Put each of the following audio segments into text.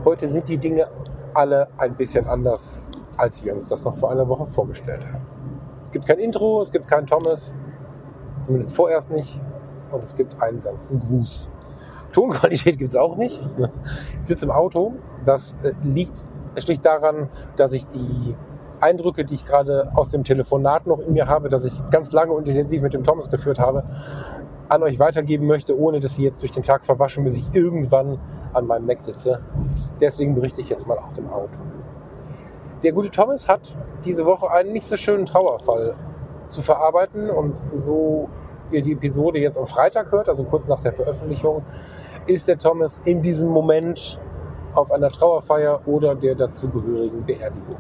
Heute sind die Dinge alle ein bisschen anders, als wir uns das noch vor einer Woche vorgestellt haben. Es gibt kein Intro, es gibt keinen Thomas, zumindest vorerst nicht, und es gibt einen sanften Gruß. Tonqualität gibt es auch nicht. Ich sitze im Auto. Das liegt schlicht daran, dass ich die Eindrücke, die ich gerade aus dem Telefonat noch in mir habe, das ich ganz lange und intensiv mit dem Thomas geführt habe, an euch weitergeben möchte, ohne dass sie jetzt durch den Tag verwaschen, bis ich irgendwann an meinem Mac sitze. Deswegen berichte ich jetzt mal aus dem Auto. Der gute Thomas hat diese Woche einen nicht so schönen Trauerfall zu verarbeiten, und so ihr die Episode jetzt am Freitag hört, also kurz nach der Veröffentlichung, ist der Thomas in diesem Moment auf einer Trauerfeier oder der dazugehörigen Beerdigung.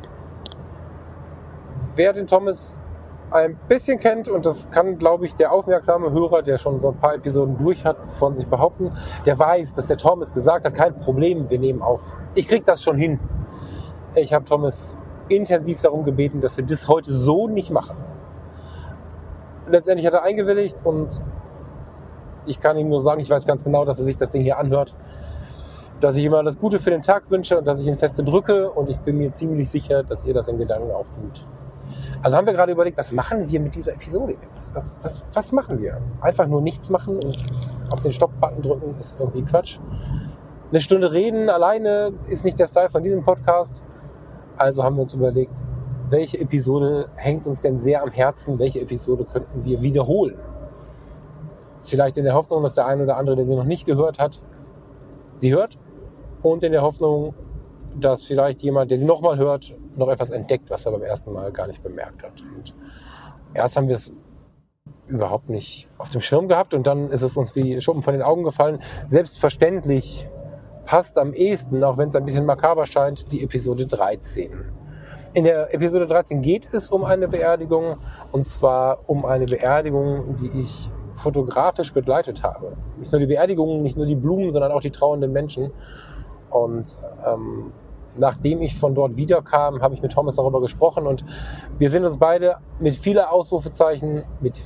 Wer den Thomas ein bisschen kennt, und das kann, glaube ich, der aufmerksame Hörer, der schon so ein paar Episoden durch hat, von sich behaupten, der weiß, dass der Thomas gesagt hat, kein Problem, wir nehmen auf. Ich krieg das schon hin. Ich habe Thomas intensiv darum gebeten, dass wir das heute so nicht machen. Letztendlich hat er eingewilligt, und ich kann ihm nur sagen, ich weiß ganz genau, dass er sich das Ding hier anhört, dass ich ihm alles Gute für den Tag wünsche und dass ich ihn feste drücke, und ich bin mir ziemlich sicher, dass ihr das in Gedanken auch tut. Also haben wir gerade überlegt, was machen wir mit dieser Episode jetzt? Was machen wir? Einfach nur nichts machen und auf den Stopp-Button drücken ist irgendwie Quatsch. Eine Stunde reden alleine ist nicht der Style von diesem Podcast. Also haben wir uns überlegt, welche Episode hängt uns denn sehr am Herzen? Welche Episode könnten wir wiederholen? Vielleicht in der Hoffnung, dass der eine oder andere, der sie noch nicht gehört hat, sie hört. Und in der Hoffnung, dass vielleicht jemand, der sie nochmal hört, noch etwas entdeckt, was er beim ersten Mal gar nicht bemerkt hat. Und erst haben wir es überhaupt nicht auf dem Schirm gehabt, und dann ist es uns wie Schuppen von den Augen gefallen. Selbstverständlich passt am ehesten, auch wenn es ein bisschen makaber scheint, die Episode 13. In der Episode 13 geht es um eine Beerdigung, und zwar um eine Beerdigung, die ich fotografisch begleitet habe. Nicht nur die Beerdigung, nicht nur die Blumen, sondern auch die trauernden Menschen. Und nachdem ich von dort wiederkam, habe ich mit Thomas darüber gesprochen, und wir sind uns beide mit vielen Ausrufezeichen,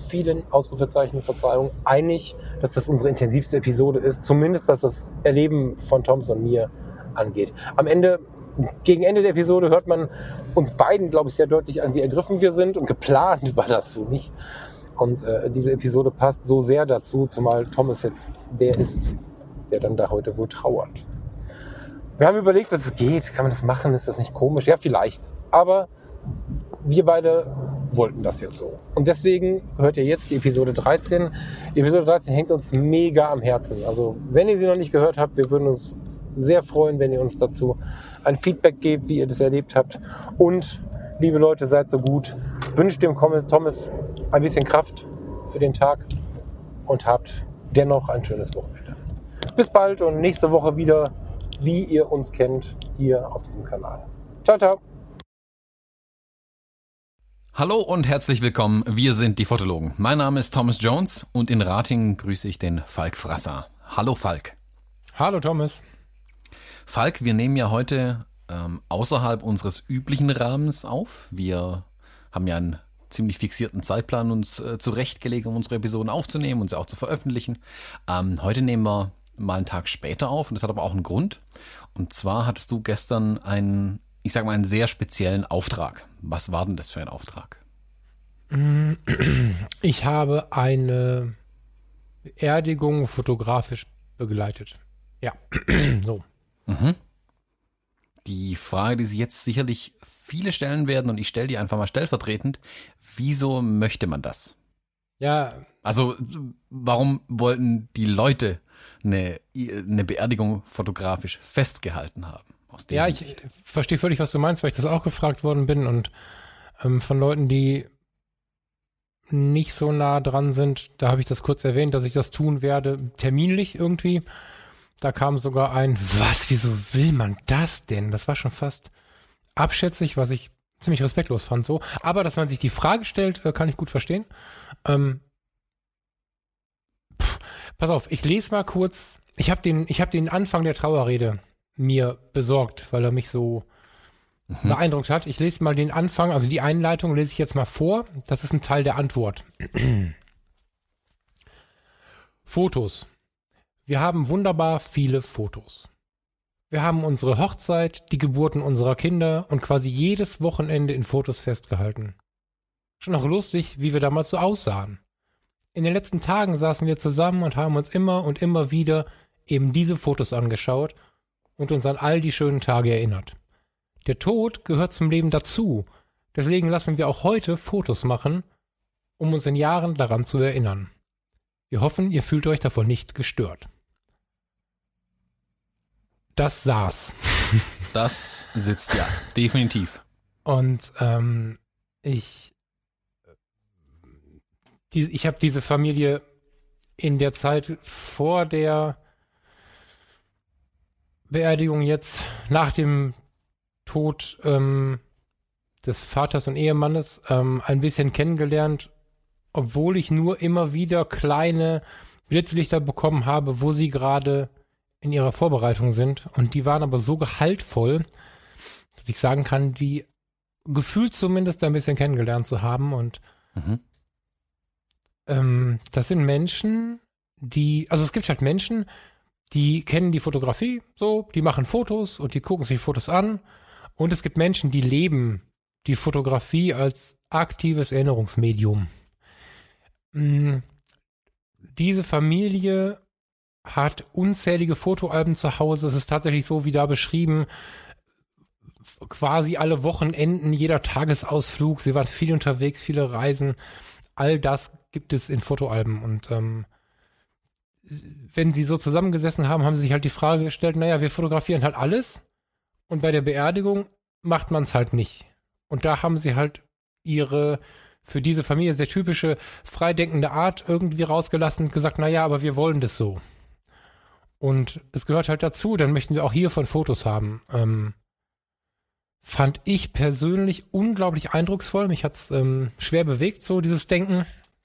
Verzeihung, einig, dass das unsere intensivste Episode ist, zumindest was das Erleben von Thomas und mir angeht. Gegen Ende der Episode hört man uns beiden, glaube ich, sehr deutlich an, wie ergriffen wir sind, und geplant war das so nicht. Und diese Episode passt so sehr dazu, zumal Thomas jetzt der ist, der dann da heute wohl trauert. Wir haben überlegt, was es geht. Kann man das machen? Ist das nicht komisch? Ja, vielleicht. Aber wir beide wollten das jetzt so. Und deswegen hört ihr jetzt die Episode 13. Die Episode 13 hängt uns mega am Herzen. Also, wenn ihr sie noch nicht gehört habt, wir würden uns sehr freuen, wenn ihr uns dazu ein Feedback gebt, wie ihr das erlebt habt. Und, liebe Leute, seid so gut. Wünscht dem Thomas ein bisschen Kraft für den Tag und habt dennoch ein schönes Wochenende. Bis bald und nächste Woche wieder, wie ihr uns kennt, hier auf diesem Kanal. Ciao, ciao. Hallo und herzlich willkommen, wir sind die Fotologen. Mein Name ist Thomas Jones und in Ratingen grüße ich den Falk Frasser. Hallo Falk. Hallo Thomas. Falk, wir nehmen ja heute außerhalb unseres üblichen Rahmens auf. Wir haben ja einen ziemlich fixierten Zeitplan uns zurechtgelegt, um unsere Episoden aufzunehmen und sie auch zu veröffentlichen. Heute nehmen wir mal einen Tag später auf, und das hat aber auch einen Grund. Und zwar hattest du gestern einen sehr speziellen Auftrag. Was war denn das für ein Auftrag? Ich habe eine Beerdigung fotografisch begleitet. Ja, so. Mhm. Die Frage, die sich jetzt sicherlich viele stellen werden, und ich stelle die einfach mal stellvertretend: Wieso möchte man das? Ja. Also, warum wollten die Leute eine Beerdigung fotografisch festgehalten haben? Ja, ich verstehe völlig, was du meinst, weil ich das auch gefragt worden bin, und von Leuten, die nicht so nah dran sind, da habe ich das kurz erwähnt, dass ich das tun werde, terminlich irgendwie. Da kam sogar ein, wieso will man das denn? Das war schon fast abschätzig, was ich ziemlich respektlos fand, so. Aber dass man sich die Frage stellt, kann ich gut verstehen. Pass auf, ich lese mal kurz. Ich habe den Anfang der Trauerrede mir besorgt, weil er mich so beeindruckt hat. Ich lese mal den Anfang, also die Einleitung lese ich jetzt mal vor. Das ist ein Teil der Antwort. Fotos. Wir haben wunderbar viele Fotos. Wir haben unsere Hochzeit, die Geburten unserer Kinder und quasi jedes Wochenende in Fotos festgehalten. Schon auch lustig, wie wir damals so aussahen. In den letzten Tagen saßen wir zusammen und haben uns immer und immer wieder eben diese Fotos angeschaut und uns an all die schönen Tage erinnert. Der Tod gehört zum Leben dazu. Deswegen lassen wir auch heute Fotos machen, um uns in Jahren daran zu erinnern. Wir hoffen, ihr fühlt euch davon nicht gestört. Das saß. Das sitzt ja, definitiv. Und ich habe diese Familie in der Zeit vor der Beerdigung jetzt, nach dem Tod des Vaters und Ehemannes, ein bisschen kennengelernt, obwohl ich nur immer wieder kleine Blitzlichter bekommen habe, wo sie gerade in ihrer Vorbereitung sind. Und die waren aber so gehaltvoll, dass ich sagen kann, die gefühlt zumindest ein bisschen kennengelernt zu haben. Und das sind Menschen, also es gibt halt Menschen, die kennen die Fotografie, so, die machen Fotos und die gucken sich Fotos an. Und es gibt Menschen, die leben die Fotografie als aktives Erinnerungsmedium. Diese Familie hat unzählige Fotoalben zu Hause. Es ist tatsächlich so, wie da beschrieben, quasi alle Wochenenden, jeder Tagesausflug. Sie waren viel unterwegs, viele Reisen. All das gibt es in Fotoalben. Und wenn sie so zusammengesessen haben, haben sie sich halt die Frage gestellt, naja, wir fotografieren halt alles und bei der Beerdigung macht man es halt nicht. Und da haben sie halt ihre für diese Familie sehr typische freidenkende Art irgendwie rausgelassen und gesagt, naja, aber wir wollen das so. Und es gehört halt dazu, dann möchten wir auch hiervon Fotos haben. Fand ich persönlich unglaublich eindrucksvoll. Mich hat es schwer bewegt, so dieses Denken.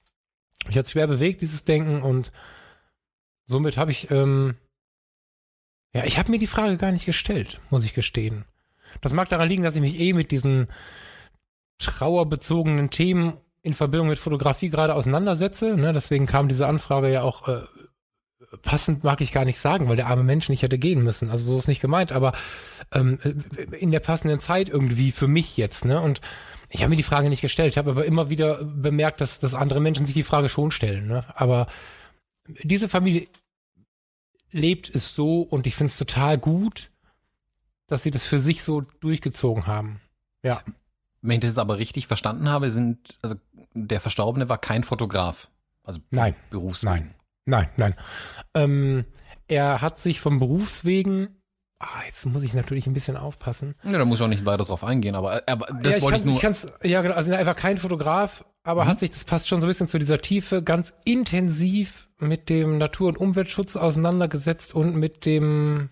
Und somit habe ich, ich habe mir die Frage gar nicht gestellt, muss ich gestehen. Das mag daran liegen, dass ich mich mit diesen trauerbezogenen Themen in Verbindung mit Fotografie gerade auseinandersetze. Ne? Deswegen kam diese Anfrage ja auch passend, mag ich gar nicht sagen, weil der arme Mensch nicht hätte gehen müssen. Also so ist nicht gemeint, aber in der passenden Zeit irgendwie für mich jetzt. Ne? Und ich habe mir die Frage nicht gestellt. Ich habe aber immer wieder bemerkt, dass andere Menschen sich die Frage schon stellen. Ne? Aber diese Familie lebt es so und ich finde es total gut, dass sie das für sich so durchgezogen haben. Ja. Wenn ich das jetzt aber richtig verstanden habe, also der Verstorbene war kein Fotograf. Also Nein. Berufswegen. Nein. Er hat sich vom Berufswegen, jetzt muss ich natürlich ein bisschen aufpassen. Ja, da muss ich auch nicht weiter drauf eingehen, aber das wollte ich nur. Genau, also er war kein Fotograf, aber hat sich, das passt schon so ein bisschen zu dieser Tiefe, ganz intensiv mit dem Natur- und Umweltschutz auseinandergesetzt und mit dem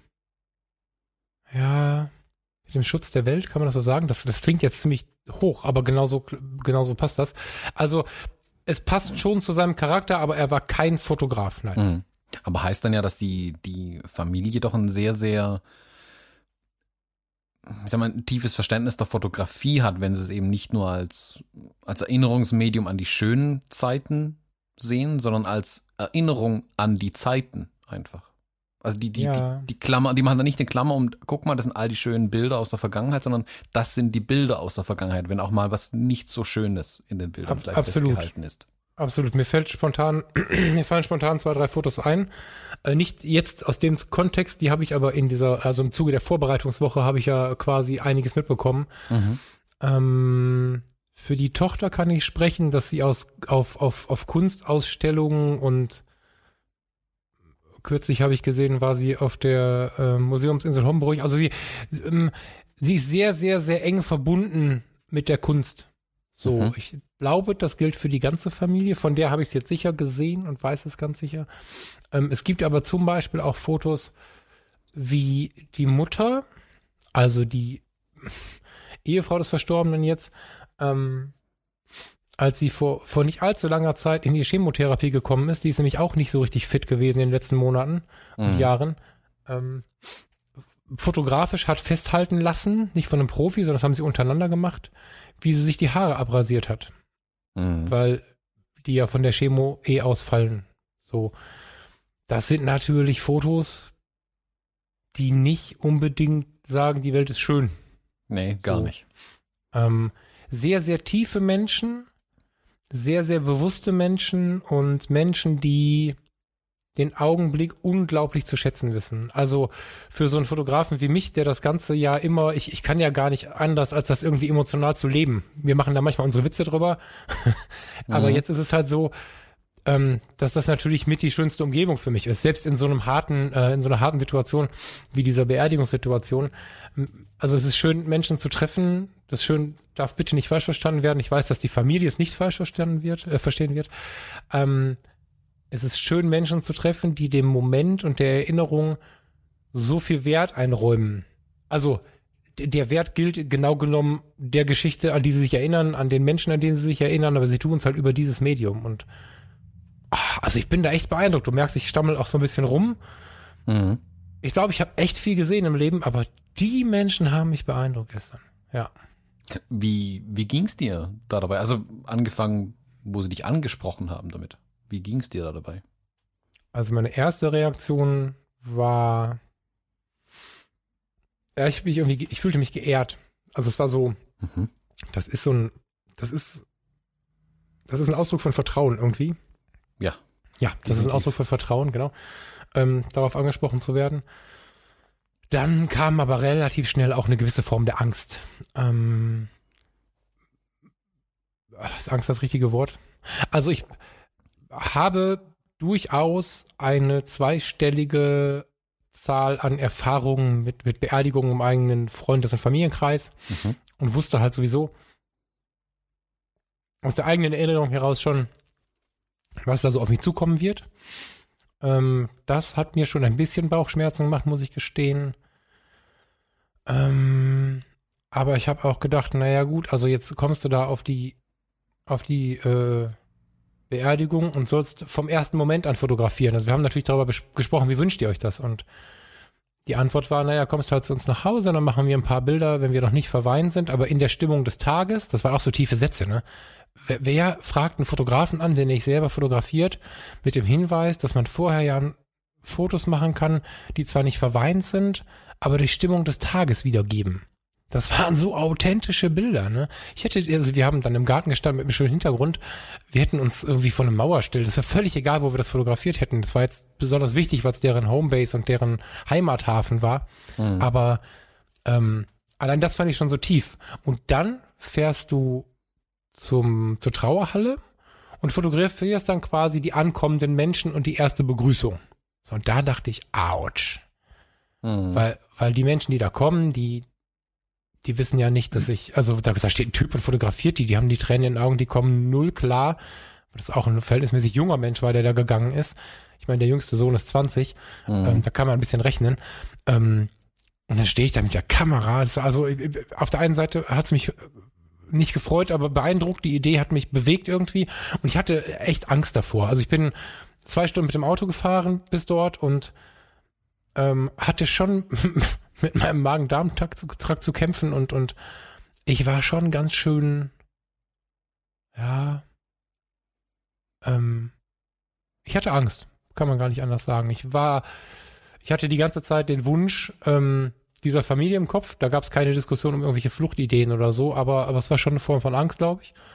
Schutz der Welt, kann man das so sagen? Das klingt jetzt ziemlich hoch, aber genauso passt das. Also es passt schon zu seinem Charakter, aber er war kein Fotograf, nein. Mhm. Aber heißt dann ja, dass die Familie doch ein sehr, sehr, ich sag mal, ein tiefes Verständnis der Fotografie hat, wenn sie es eben nicht nur als Erinnerungsmedium an die schönen Zeiten sehen, sondern als Erinnerung an die Zeiten einfach. Also die Klammer, die machen da nicht eine Klammer und guck mal, das sind all die schönen Bilder aus der Vergangenheit, sondern das sind die Bilder aus der Vergangenheit, wenn auch mal was nicht so Schönes in den Bildern vielleicht festgehalten ist. Absolut. Mir fallen spontan 2, 3 Fotos ein. Nicht jetzt aus dem Kontext, die habe ich aber im Zuge der Vorbereitungswoche habe ich ja quasi einiges mitbekommen. Für die Tochter kann ich sprechen, dass sie auf Kunstausstellungen und kürzlich habe ich gesehen, war sie auf der Museumsinsel Homburg. Also sie ist sehr, sehr, sehr eng verbunden mit der Kunst. So, ich glaube, das gilt für die ganze Familie. Von der habe ich es jetzt sicher gesehen und weiß es ganz sicher. Es gibt aber zum Beispiel auch Fotos, wie die Mutter, also die Ehefrau des Verstorbenen jetzt, als sie vor nicht allzu langer Zeit in die Chemotherapie gekommen ist, die ist nämlich auch nicht so richtig fit gewesen in den letzten Monaten und Jahren, fotografisch hat festhalten lassen, nicht von einem Profi, sondern das haben sie untereinander gemacht, wie sie sich die Haare abrasiert hat. Weil die ja von der Chemo ausfallen. So. Das sind natürlich Fotos, die nicht unbedingt sagen, die Welt ist schön. Nee, gar nicht. Sehr, sehr tiefe Menschen, sehr, sehr bewusste Menschen und Menschen, die den Augenblick unglaublich zu schätzen wissen. Also für so einen Fotografen wie mich, der das ganze Jahr immer, ich kann ja gar nicht anders, als das irgendwie emotional zu leben. Wir machen da manchmal unsere Witze drüber. Aber jetzt ist es halt so, dass das natürlich mit die schönste Umgebung für mich ist. Selbst in so einer harten Situation wie dieser Beerdigungssituation. Also es ist schön, Menschen zu treffen. Das ist schön, darf bitte nicht falsch verstanden werden. Ich weiß, dass die Familie es nicht falsch verstehen wird. Es ist schön, Menschen zu treffen, die dem Moment und der Erinnerung so viel Wert einräumen. Also der Wert gilt genau genommen der Geschichte, an die sie sich erinnern, an den Menschen, an denen sie sich erinnern, aber sie tun es halt über dieses Medium. Und also ich bin da echt beeindruckt. Du merkst, ich stammel auch so ein bisschen rum. Mhm. Ich glaube, ich habe echt viel gesehen im Leben, aber die Menschen haben mich beeindruckt gestern. Ja. Wie ging's dir da dabei? Also angefangen, wo sie dich angesprochen haben damit. Wie ging's dir da dabei? Also meine erste Reaktion war, ja, ich fühlte mich geehrt. Also es war so, das ist ein Ausdruck von Vertrauen irgendwie. Ja. Ja, das ist ein Ausdruck von Vertrauen, genau. Darauf angesprochen zu werden. Dann kam aber relativ schnell auch eine gewisse Form der Angst. Ist Angst das richtige Wort? Also ich habe durchaus eine zweistellige Zahl an Erfahrungen mit Beerdigungen im eigenen Freundes- und Familienkreis und wusste halt sowieso aus der eigenen Erinnerung heraus schon, was da so auf mich zukommen wird. Das hat mir schon ein bisschen Bauchschmerzen gemacht, muss ich gestehen. Aber ich habe auch gedacht, naja gut, also jetzt kommst du da auf die Beerdigung und sollst vom ersten Moment an fotografieren. Also wir haben natürlich darüber gesprochen, wie wünscht ihr euch das? Und die Antwort war, naja, kommst halt zu uns nach Hause, dann machen wir ein paar Bilder, wenn wir noch nicht verweint sind, aber in der Stimmung des Tages, das waren auch so tiefe Sätze, ne? Wer fragt einen Fotografen an, wenn er nicht selber fotografiert, mit dem Hinweis, dass man vorher ja Fotos machen kann, die zwar nicht verweint sind, aber die Stimmung des Tages wiedergeben. Das waren so authentische Bilder, ne? Wir haben dann im Garten gestanden mit einem schönen Hintergrund. Wir hätten uns irgendwie vor eine Mauer stellen. Das war völlig egal, wo wir das fotografiert hätten. Das war jetzt besonders wichtig, weil es deren Homebase und deren Heimathafen war. Aber allein das fand ich schon so tief. Und dann fährst du zur Trauerhalle und fotografierst dann quasi die ankommenden Menschen und die erste Begrüßung. So, und da dachte ich, ouch. Weil die Menschen, die da kommen, die wissen ja nicht, dass da steht ein Typ und fotografiert die haben die Tränen in den Augen, die kommen null klar, weil das auch ein verhältnismäßig junger Mensch war, der da gegangen ist. Ich meine, der jüngste Sohn ist 20, da kann man ein bisschen rechnen. Und dann stehe ich da mit der Kamera. Also auf der einen Seite hat es mich nicht gefreut, aber beeindruckt. Die Idee hat mich bewegt irgendwie und ich hatte echt Angst davor. Also ich bin 2 Stunden mit dem Auto gefahren bis dort und hatte schon mit meinem Magen-Darm-Trakt zu kämpfen und ich war schon ganz schön, ja, ich hatte Angst, kann man gar nicht anders sagen. Ich hatte die ganze Zeit den Wunsch dieser Familie im Kopf, da gab es keine Diskussion um irgendwelche Fluchtideen oder so, aber es war schon eine Form von Angst, glaube ich,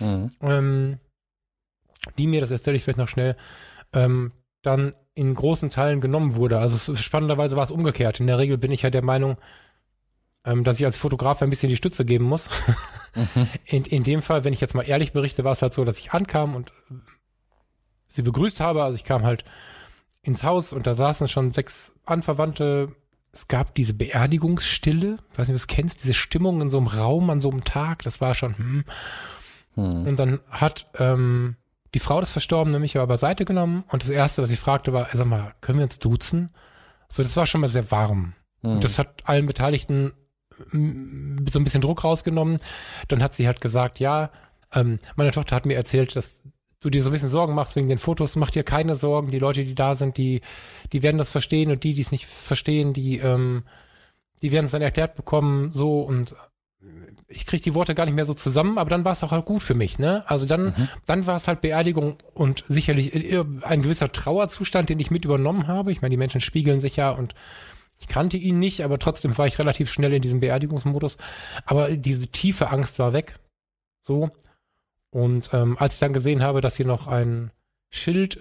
die mir, das erzähle ich vielleicht noch schnell, dann in großen Teilen genommen wurde. Also spannenderweise war es umgekehrt. In der Regel bin ich ja der Meinung, dass ich als Fotograf ein bisschen die Stütze geben muss. In dem Fall, wenn ich jetzt mal ehrlich berichte, war es halt so, dass ich ankam und sie begrüßt habe. Also ich kam halt ins Haus und da saßen schon 6 Anverwandte. Es gab diese Beerdigungsstille. Ich weiß nicht, ob du es kennst, diese Stimmung in so einem Raum an so einem Tag. Das war schon Und dann hat die Frau des Verstorbenen mich aber beiseite genommen und das Erste, was ich fragte, war, sag mal, können wir uns duzen? So, das war schon mal sehr warm. Und das hat allen Beteiligten so ein bisschen Druck rausgenommen. Dann hat sie halt gesagt, ja, meine Tochter hat mir erzählt, dass du dir so ein bisschen Sorgen machst wegen den Fotos. Mach dir keine Sorgen. Die Leute, die da sind, die werden das verstehen und die es nicht verstehen, die werden es dann erklärt bekommen, so und ich kriege die Worte gar nicht mehr so zusammen, aber dann war es auch halt gut für mich, ne? Also dann war es halt Beerdigung und sicherlich ein gewisser Trauerzustand, den ich mit übernommen habe. Ich meine, die Menschen spiegeln sich ja und Ich kannte ihn nicht, aber trotzdem war ich relativ schnell in diesem Beerdigungsmodus. Aber diese tiefe Angst war weg. So. Und als ich dann gesehen habe, dass hier noch ein Schild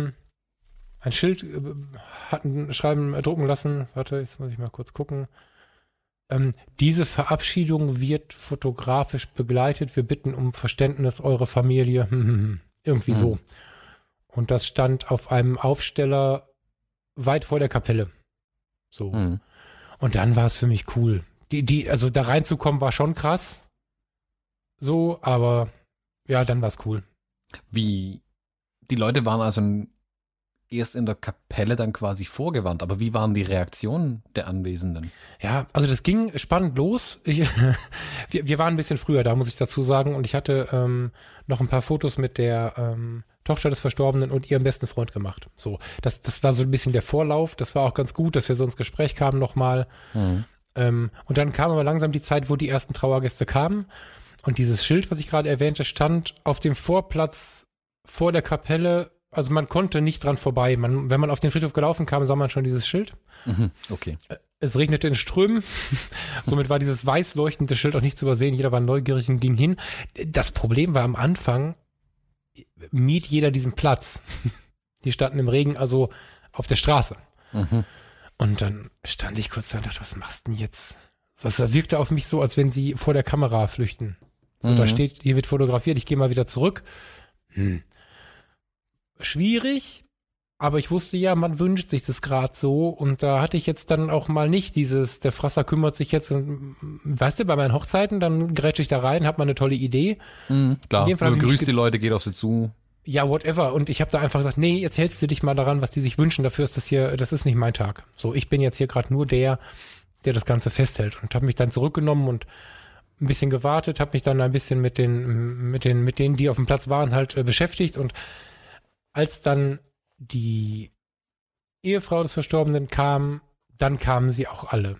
hatten drucken lassen. Warte, jetzt muss ich mal kurz gucken. Diese Verabschiedung wird fotografisch begleitet. Wir bitten um Verständnis, eure Familie. Irgendwie so. Und das stand auf einem Aufsteller weit vor der Kapelle. So. Und dann war es für mich cool. Also da reinzukommen war schon krass. So, aber ja, dann war es cool. Die Leute waren also erst in der Kapelle dann quasi vorgewarnt, aber wie waren die Reaktionen der Anwesenden? Ja, also das ging spannend los. Wir waren ein bisschen früher da, muss ich dazu sagen, und ich hatte noch ein paar Fotos mit der Tochter des Verstorbenen und ihrem besten Freund gemacht. So, das war so ein bisschen der Vorlauf. Das war auch ganz gut, dass wir so ins Gespräch kamen nochmal. Und dann kam aber langsam die Zeit, wo die ersten Trauergäste kamen. Und dieses Schild, was ich gerade erwähnte, stand auf dem Vorplatz vor der Kapelle. Also man konnte nicht dran vorbei. Wenn man auf den Friedhof gelaufen kam, sah man schon dieses Schild. Okay. Es regnete in Strömen. Somit war dieses weiß leuchtende Schild auch nicht zu übersehen. Jeder war neugierig und ging hin. Das Problem war am Anfang, mied jeder diesen Platz. Die standen im Regen, also auf der Straße. Und dann stand ich kurz da und dachte, was machst du denn jetzt? Das wirkte auf mich so, als wenn sie vor der Kamera flüchten. So, da steht, hier wird fotografiert, ich gehe mal wieder zurück. Schwierig, aber ich wusste ja, man wünscht sich das gerade so, und da hatte ich jetzt dann auch mal nicht dieses, der Frasser kümmert sich jetzt, und weißt du, bei meinen Hochzeiten, dann grätsche ich da rein, hab mal eine tolle Idee. Klar, begrüßt die Leute, geht auf sie zu. Ja, whatever, und ich habe da einfach gesagt, nee, jetzt hältst du dich mal daran, was die sich wünschen, dafür ist das ist nicht mein Tag. So, ich bin jetzt hier gerade nur der das Ganze festhält, und habe mich dann zurückgenommen und ein bisschen gewartet, habe mich dann ein bisschen mit denen, die auf dem Platz waren, halt beschäftigt, und als dann die Ehefrau des Verstorbenen kam, dann kamen sie auch alle.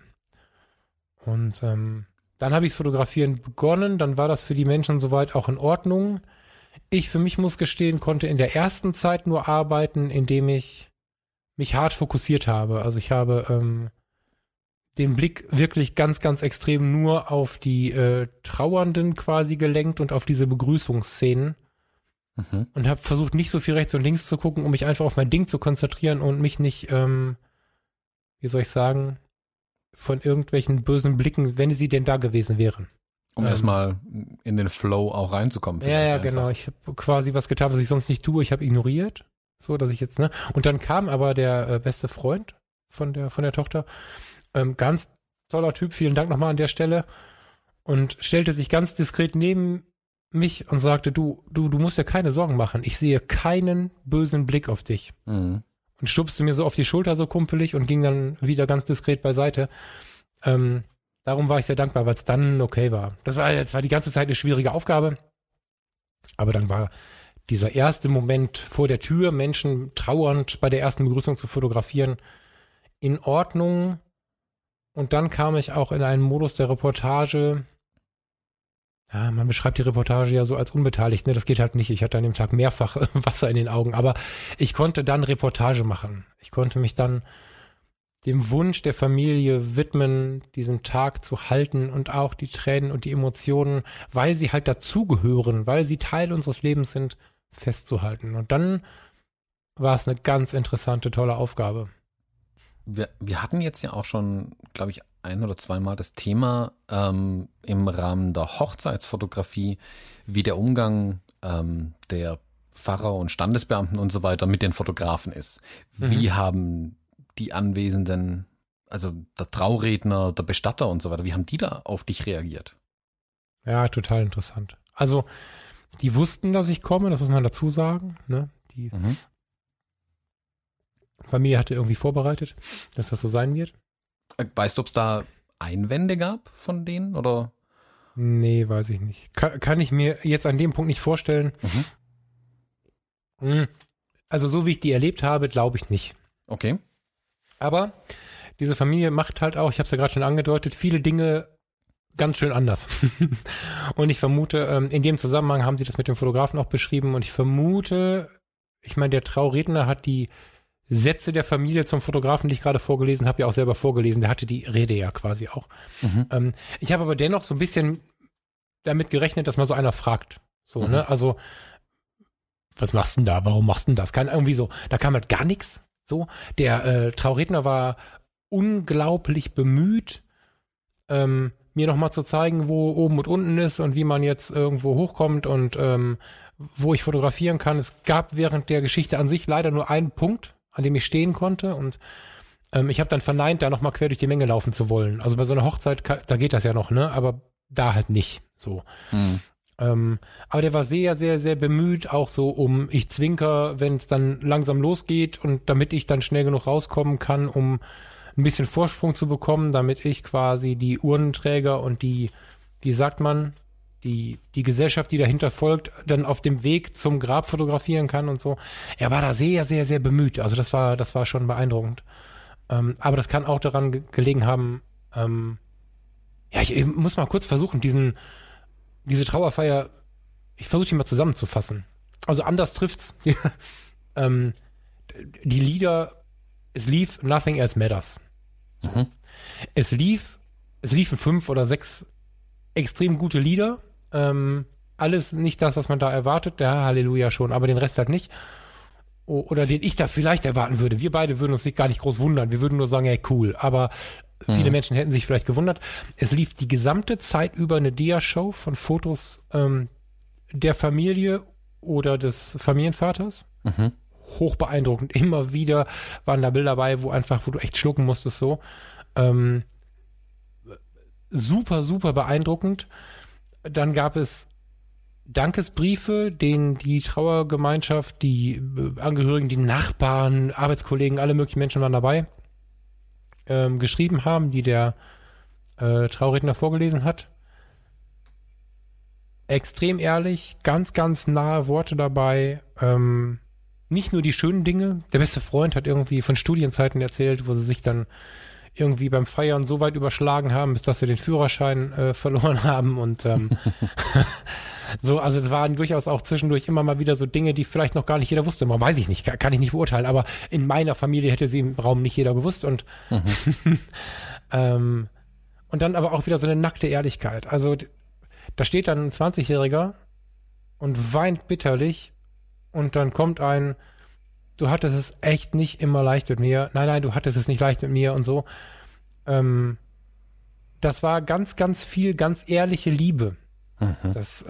Und dann habe ich das Fotografieren begonnen, dann war das für die Menschen soweit auch in Ordnung. Ich für mich muss gestehen, konnte in der ersten Zeit nur arbeiten, indem ich mich hart fokussiert habe. Also ich habe den Blick wirklich ganz, ganz extrem nur auf die Trauernden quasi gelenkt und auf diese Begrüßungsszenen. Und habe versucht, nicht so viel rechts und links zu gucken, um mich einfach auf mein Ding zu konzentrieren und mich nicht, wie soll ich sagen, von irgendwelchen bösen Blicken, wenn sie denn da gewesen wären. Um erstmal in den Flow auch reinzukommen. Ja, genau. Ich habe quasi was getan, was ich sonst nicht tue. Ich habe ignoriert, so dass ich jetzt, ne. Und dann kam aber der beste Freund von der Tochter, ganz toller Typ, vielen Dank nochmal an der Stelle, und stellte sich ganz diskret neben mich und sagte, du musst dir keine Sorgen machen. Ich sehe keinen bösen Blick auf dich. Und stupste mir so auf die Schulter so kumpelig und ging dann wieder ganz diskret beiseite. Darum war ich sehr dankbar, weil es dann okay war. Das war die ganze Zeit eine schwierige Aufgabe. Aber dann war dieser erste Moment vor der Tür, Menschen trauernd bei der ersten Begrüßung zu fotografieren, in Ordnung. Und dann kam ich auch in einen Modus der Reportage. Ja, man beschreibt die Reportage ja so als unbeteiligt, ne? Das geht halt nicht. Ich hatte an dem Tag mehrfach Wasser in den Augen, aber ich konnte dann Reportage machen. Ich konnte mich dann dem Wunsch der Familie widmen, diesen Tag zu halten, und auch die Tränen und die Emotionen, weil sie halt dazugehören, weil sie Teil unseres Lebens sind, festzuhalten. Und dann war es eine ganz interessante, tolle Aufgabe. Wir hatten jetzt ja auch schon, glaube ich, ein- oder zweimal das Thema im Rahmen der Hochzeitsfotografie, wie der Umgang der Pfarrer und Standesbeamten und so weiter mit den Fotografen ist. Wie haben die Anwesenden, also der Trauredner, der Bestatter und so weiter, wie haben die da auf dich reagiert? Ja, total interessant. Also, die wussten, dass ich komme, das muss man dazu sagen, ne? Die Familie hatte irgendwie vorbereitet, dass das so sein wird. Weißt du, ob es da Einwände gab von denen, oder? Nee, weiß ich nicht. Kann ich mir jetzt an dem Punkt nicht vorstellen. Also so wie ich die erlebt habe, glaube ich nicht. Okay. Aber diese Familie macht halt auch, ich habe es ja gerade schon angedeutet, viele Dinge ganz schön anders. Und ich vermute, in dem Zusammenhang haben sie das mit dem Fotografen auch beschrieben, und ich vermute, ich meine, der Trauredner hat die Sätze der Familie zum Fotografen, die ich gerade vorgelesen habe, ja auch selber vorgelesen. Der hatte die Rede ja quasi auch. Ich habe aber dennoch so ein bisschen damit gerechnet, dass mal so einer fragt. So, ne? Also, was machst du denn da? Warum machst du denn das? Da kam halt gar nichts. So, der Trauredner war unglaublich bemüht, mir nochmal zu zeigen, wo oben und unten ist und wie man jetzt irgendwo hochkommt und wo ich fotografieren kann. Es gab während der Geschichte an sich leider nur einen Punkt, an dem ich stehen konnte und ich habe dann verneint, da nochmal quer durch die Menge laufen zu wollen. Also bei so einer Hochzeit, da geht das ja noch, ne? Aber da halt nicht. So. Aber der war sehr, sehr, sehr bemüht, auch so ich zwinker, wenn es dann langsam losgeht und damit ich dann schnell genug rauskommen kann, um ein bisschen Vorsprung zu bekommen, damit ich quasi die Urnenträger und die, wie sagt man, die Gesellschaft, die dahinter folgt, dann auf dem Weg zum Grab fotografieren kann und so. Er war da sehr, sehr, sehr bemüht. Also das war schon beeindruckend. Aber das kann auch daran gelegen haben, ich muss mal kurz versuchen, diese Trauerfeier, ich versuche die mal zusammenzufassen. Also anders trifft's. Die Lieder, es lief Nothing Else Matters. Es liefen 5 oder 6 extrem gute Lieder. Alles nicht das, was man da erwartet. Ja, Halleluja schon, aber den Rest halt nicht. Oder den ich da vielleicht erwarten würde. Wir beide würden uns gar nicht groß wundern. Wir würden nur sagen, hey, cool. Aber viele Menschen hätten sich vielleicht gewundert. Es lief die gesamte Zeit über eine Dia-Show von Fotos der Familie oder des Familienvaters. Hoch beeindruckend. Immer wieder waren da Bilder dabei, wo du echt schlucken musstest so. Super, super beeindruckend. Dann gab es Dankesbriefe, denen die Trauergemeinschaft, die Angehörigen, die Nachbarn, Arbeitskollegen, alle möglichen Menschen waren dabei, geschrieben haben, die der Trauredner vorgelesen hat. Extrem ehrlich, ganz, ganz nahe Worte dabei. Nicht nur die schönen Dinge. Der beste Freund hat irgendwie von Studienzeiten erzählt, wo sie sich dann irgendwie beim Feiern so weit überschlagen haben, bis dass sie den Führerschein verloren haben und so, also es waren durchaus auch zwischendurch immer mal wieder so Dinge, die vielleicht noch gar nicht jeder wusste. Man weiß ich nicht, kann ich nicht beurteilen, aber in meiner Familie hätte sie im Raum nicht jeder gewusst und und dann aber auch wieder so eine nackte Ehrlichkeit. Also da steht dann ein 20-Jähriger und weint bitterlich und dann kommt du hattest es echt nicht immer leicht mit mir. Nein, du hattest es nicht leicht mit mir und so. Das war ganz, ganz viel, ganz ehrliche Liebe. Das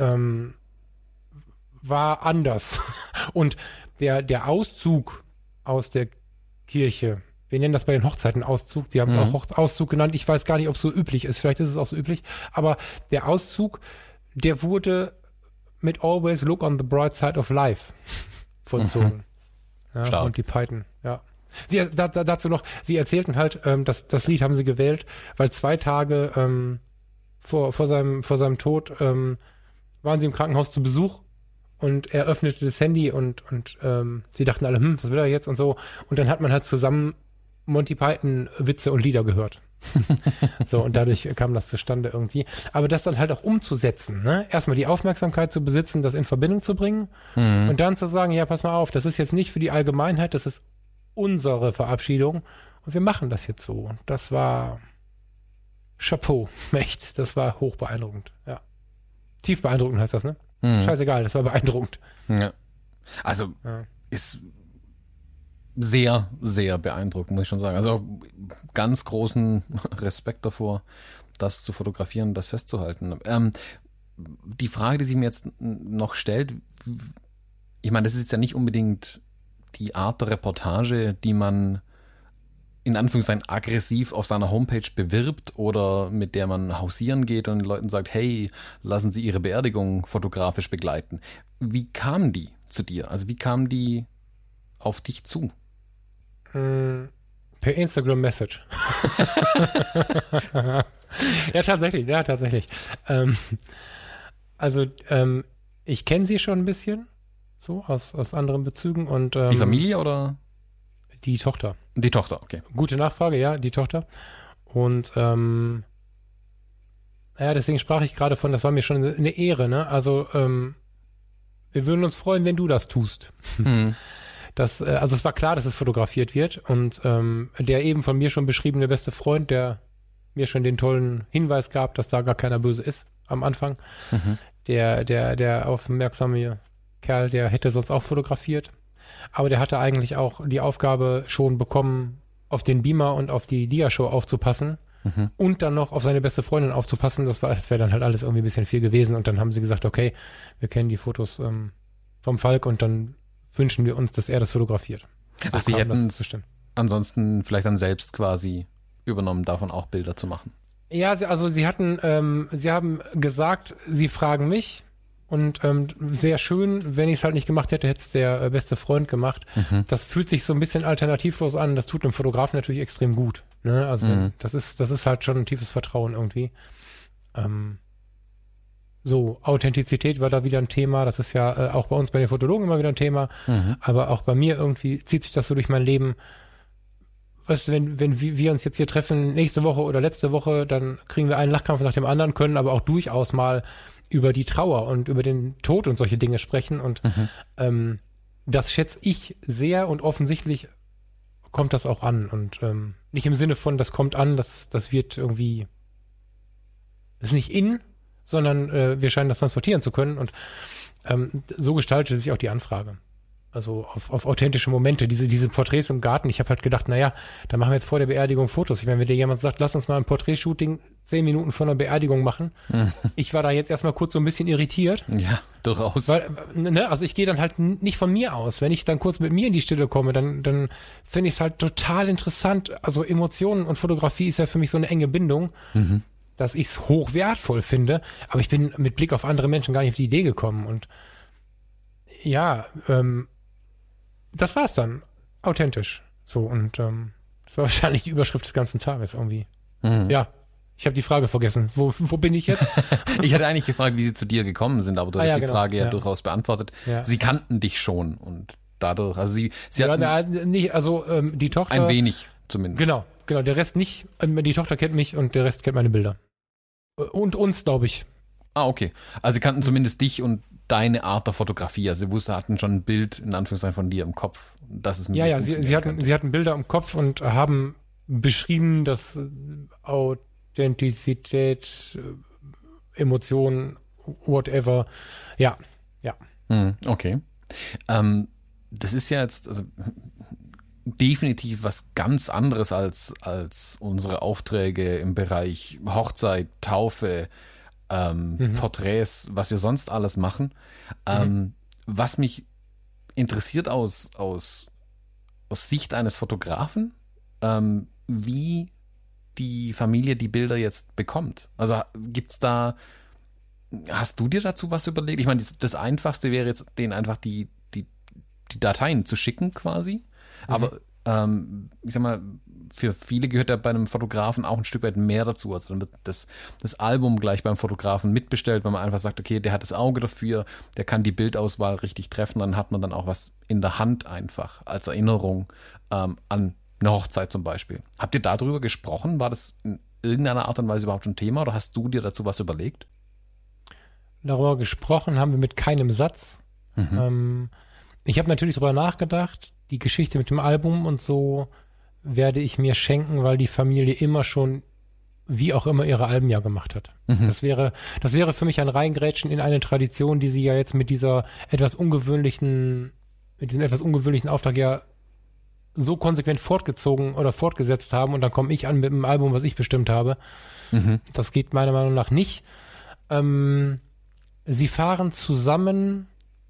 war anders. Und der Auszug aus der Kirche, wir nennen das bei den Hochzeiten Auszug, die haben es auch Auszug genannt. Ich weiß gar nicht, ob es so üblich ist. Vielleicht ist es auch so üblich. Aber der Auszug, der wurde mit Always Look on the Bright Side of Life vollzogen. Ja, und die Python, ja. Dazu noch, sie erzählten halt, das Lied haben sie gewählt, weil 2 Tage vor seinem Tod waren sie im Krankenhaus zu Besuch und er öffnete das Handy und sie dachten alle, was will er jetzt und so. Und dann hat man halt zusammen Monty Python Witze und Lieder gehört. So, und dadurch kam das zustande irgendwie. Aber das dann halt auch umzusetzen, ne? Erstmal die Aufmerksamkeit zu besitzen, das in Verbindung zu bringen und dann zu sagen, ja, pass mal auf, das ist jetzt nicht für die Allgemeinheit, das ist unsere Verabschiedung und wir machen das jetzt so. Das war Chapeau, echt, das war hoch beeindruckend, ja. Tief beeindruckend heißt das, ne? Scheißegal, das war beeindruckend. Ja. Also, ist sehr, sehr beeindruckend, muss ich schon sagen. Also ganz großen Respekt davor, das zu fotografieren, das festzuhalten. Die Frage, die sich mir jetzt noch stellt, ich meine, das ist jetzt ja nicht unbedingt die Art der Reportage, die man in Anführungszeichen aggressiv auf seiner Homepage bewirbt oder mit der man hausieren geht und den Leuten sagt, hey, lassen Sie Ihre Beerdigung fotografisch begleiten. Wie kamen die zu dir? Also wie kamen die auf dich zu? Per Instagram-Message. Ja, tatsächlich. Ich kenne sie schon ein bisschen, so aus anderen Bezügen. Und die Familie oder? Die Tochter. Die Tochter, okay. Gute Nachfrage, ja, die Tochter. Und deswegen sprach ich gerade von, das war mir schon eine Ehre, ne? Also wir würden uns freuen, wenn du das tust. also es war klar, dass es fotografiert wird und der eben von mir schon beschriebene beste Freund, der mir schon den tollen Hinweis gab, dass da gar keiner böse ist am Anfang, der aufmerksame Kerl, der hätte sonst auch fotografiert, aber der hatte eigentlich auch die Aufgabe schon bekommen, auf den Beamer und auf die Dia-Show aufzupassen und dann noch auf seine beste Freundin aufzupassen. Das wäre dann halt alles irgendwie ein bisschen viel gewesen und dann haben sie gesagt, okay, wir kennen die Fotos vom Falk und dann wünschen wir uns, dass er das fotografiert. Ach, sie hätten es ansonsten vielleicht dann selbst quasi übernommen, davon auch Bilder zu machen. Ja, sie haben gesagt, sie fragen mich und sehr schön, wenn ich es halt nicht gemacht hätte, hätte es der beste Freund gemacht. Das fühlt sich so ein bisschen alternativlos an, das tut einem Fotografen natürlich extrem gut. Ne? Also das ist halt schon ein tiefes Vertrauen irgendwie. So, Authentizität war da wieder ein Thema, das ist ja auch bei uns bei den Fotologen immer wieder ein Thema, aber auch bei mir irgendwie zieht sich das so durch mein Leben. Weißt du, wenn wir uns jetzt hier treffen, nächste Woche oder letzte Woche, dann kriegen wir einen Lachkampf nach dem anderen, können aber auch durchaus mal über die Trauer und über den Tod und solche Dinge sprechen und das schätze ich sehr und offensichtlich kommt das auch an und nicht im Sinne von, das kommt an, das wird irgendwie, das ist nicht in, sondern wir scheinen das transportieren zu können und so gestaltet sich auch die Anfrage. Also auf authentische Momente, diese Porträts im Garten. Ich habe halt gedacht, naja, da machen wir jetzt vor der Beerdigung Fotos. Ich meine, wenn dir jemand sagt, lass uns mal ein Porträtshooting 10 Minuten vor einer Beerdigung machen. Ich war da jetzt erstmal kurz so ein bisschen irritiert. Ja, durchaus. Weil, ne, also ich gehe dann halt nicht von mir aus. Wenn ich dann kurz mit mir in die Stille komme, dann finde ich es halt total interessant. Also Emotionen und Fotografie ist ja für mich so eine enge Bindung, dass ich es hoch wertvoll finde. Aber ich bin mit Blick auf andere Menschen gar nicht auf die Idee gekommen. Und ja, das war's dann. Authentisch. So, und das war wahrscheinlich die Überschrift des ganzen Tages irgendwie. Ja, ich habe die Frage vergessen. Wo bin ich jetzt? Ich hatte eigentlich gefragt, wie sie zu dir gekommen sind, aber du hast die Frage ja durchaus beantwortet. Ja. Sie kannten dich schon und dadurch, also sie hatten nicht, also die Tochter. ein wenig zumindest. Genau, der Rest nicht. Die Tochter kennt mich und der Rest kennt meine Bilder. Und uns, glaube ich. Ah, okay. Also sie kannten zumindest dich und deine Art der Fotografie. Also sie hatten schon ein Bild, in Anführungszeichen, von dir im Kopf. Das ist Ja, sie hatten Bilder im Kopf und haben beschrieben, dass Authentizität, Emotionen, whatever. Ja. Okay. Das ist ja jetzt also definitiv was ganz anderes als unsere Aufträge im Bereich Hochzeit, Taufe, Porträts, was wir sonst alles machen. Was mich interessiert aus Sicht eines Fotografen, wie die Familie die Bilder jetzt bekommt. Also hast du dir dazu was überlegt? Ich meine, das Einfachste wäre jetzt, denen einfach die Dateien zu schicken quasi. Aber ich sag mal, für viele gehört ja bei einem Fotografen auch ein Stück weit mehr dazu. Also dann wird das Album gleich beim Fotografen mitbestellt, weil man einfach sagt, okay, der hat das Auge dafür, der kann die Bildauswahl richtig treffen, dann hat man dann auch was in der Hand einfach als Erinnerung an eine Hochzeit zum Beispiel. Habt ihr darüber gesprochen? War das in irgendeiner Art und Weise überhaupt schon Thema oder hast du dir dazu was überlegt? Darüber gesprochen haben wir mit keinem Satz. Ich habe natürlich darüber nachgedacht, die Geschichte mit dem Album und so werde ich mir schenken, weil die Familie immer schon, wie auch immer, ihre Alben ja gemacht hat. Das wäre für mich ein Reingrätschen in eine Tradition, die sie ja jetzt mit diesem etwas ungewöhnlichen Auftrag ja so konsequent fortgezogen oder fortgesetzt haben und dann komme ich an mit einem Album, was ich bestimmt habe. Das geht meiner Meinung nach nicht. Sie fahren zusammen.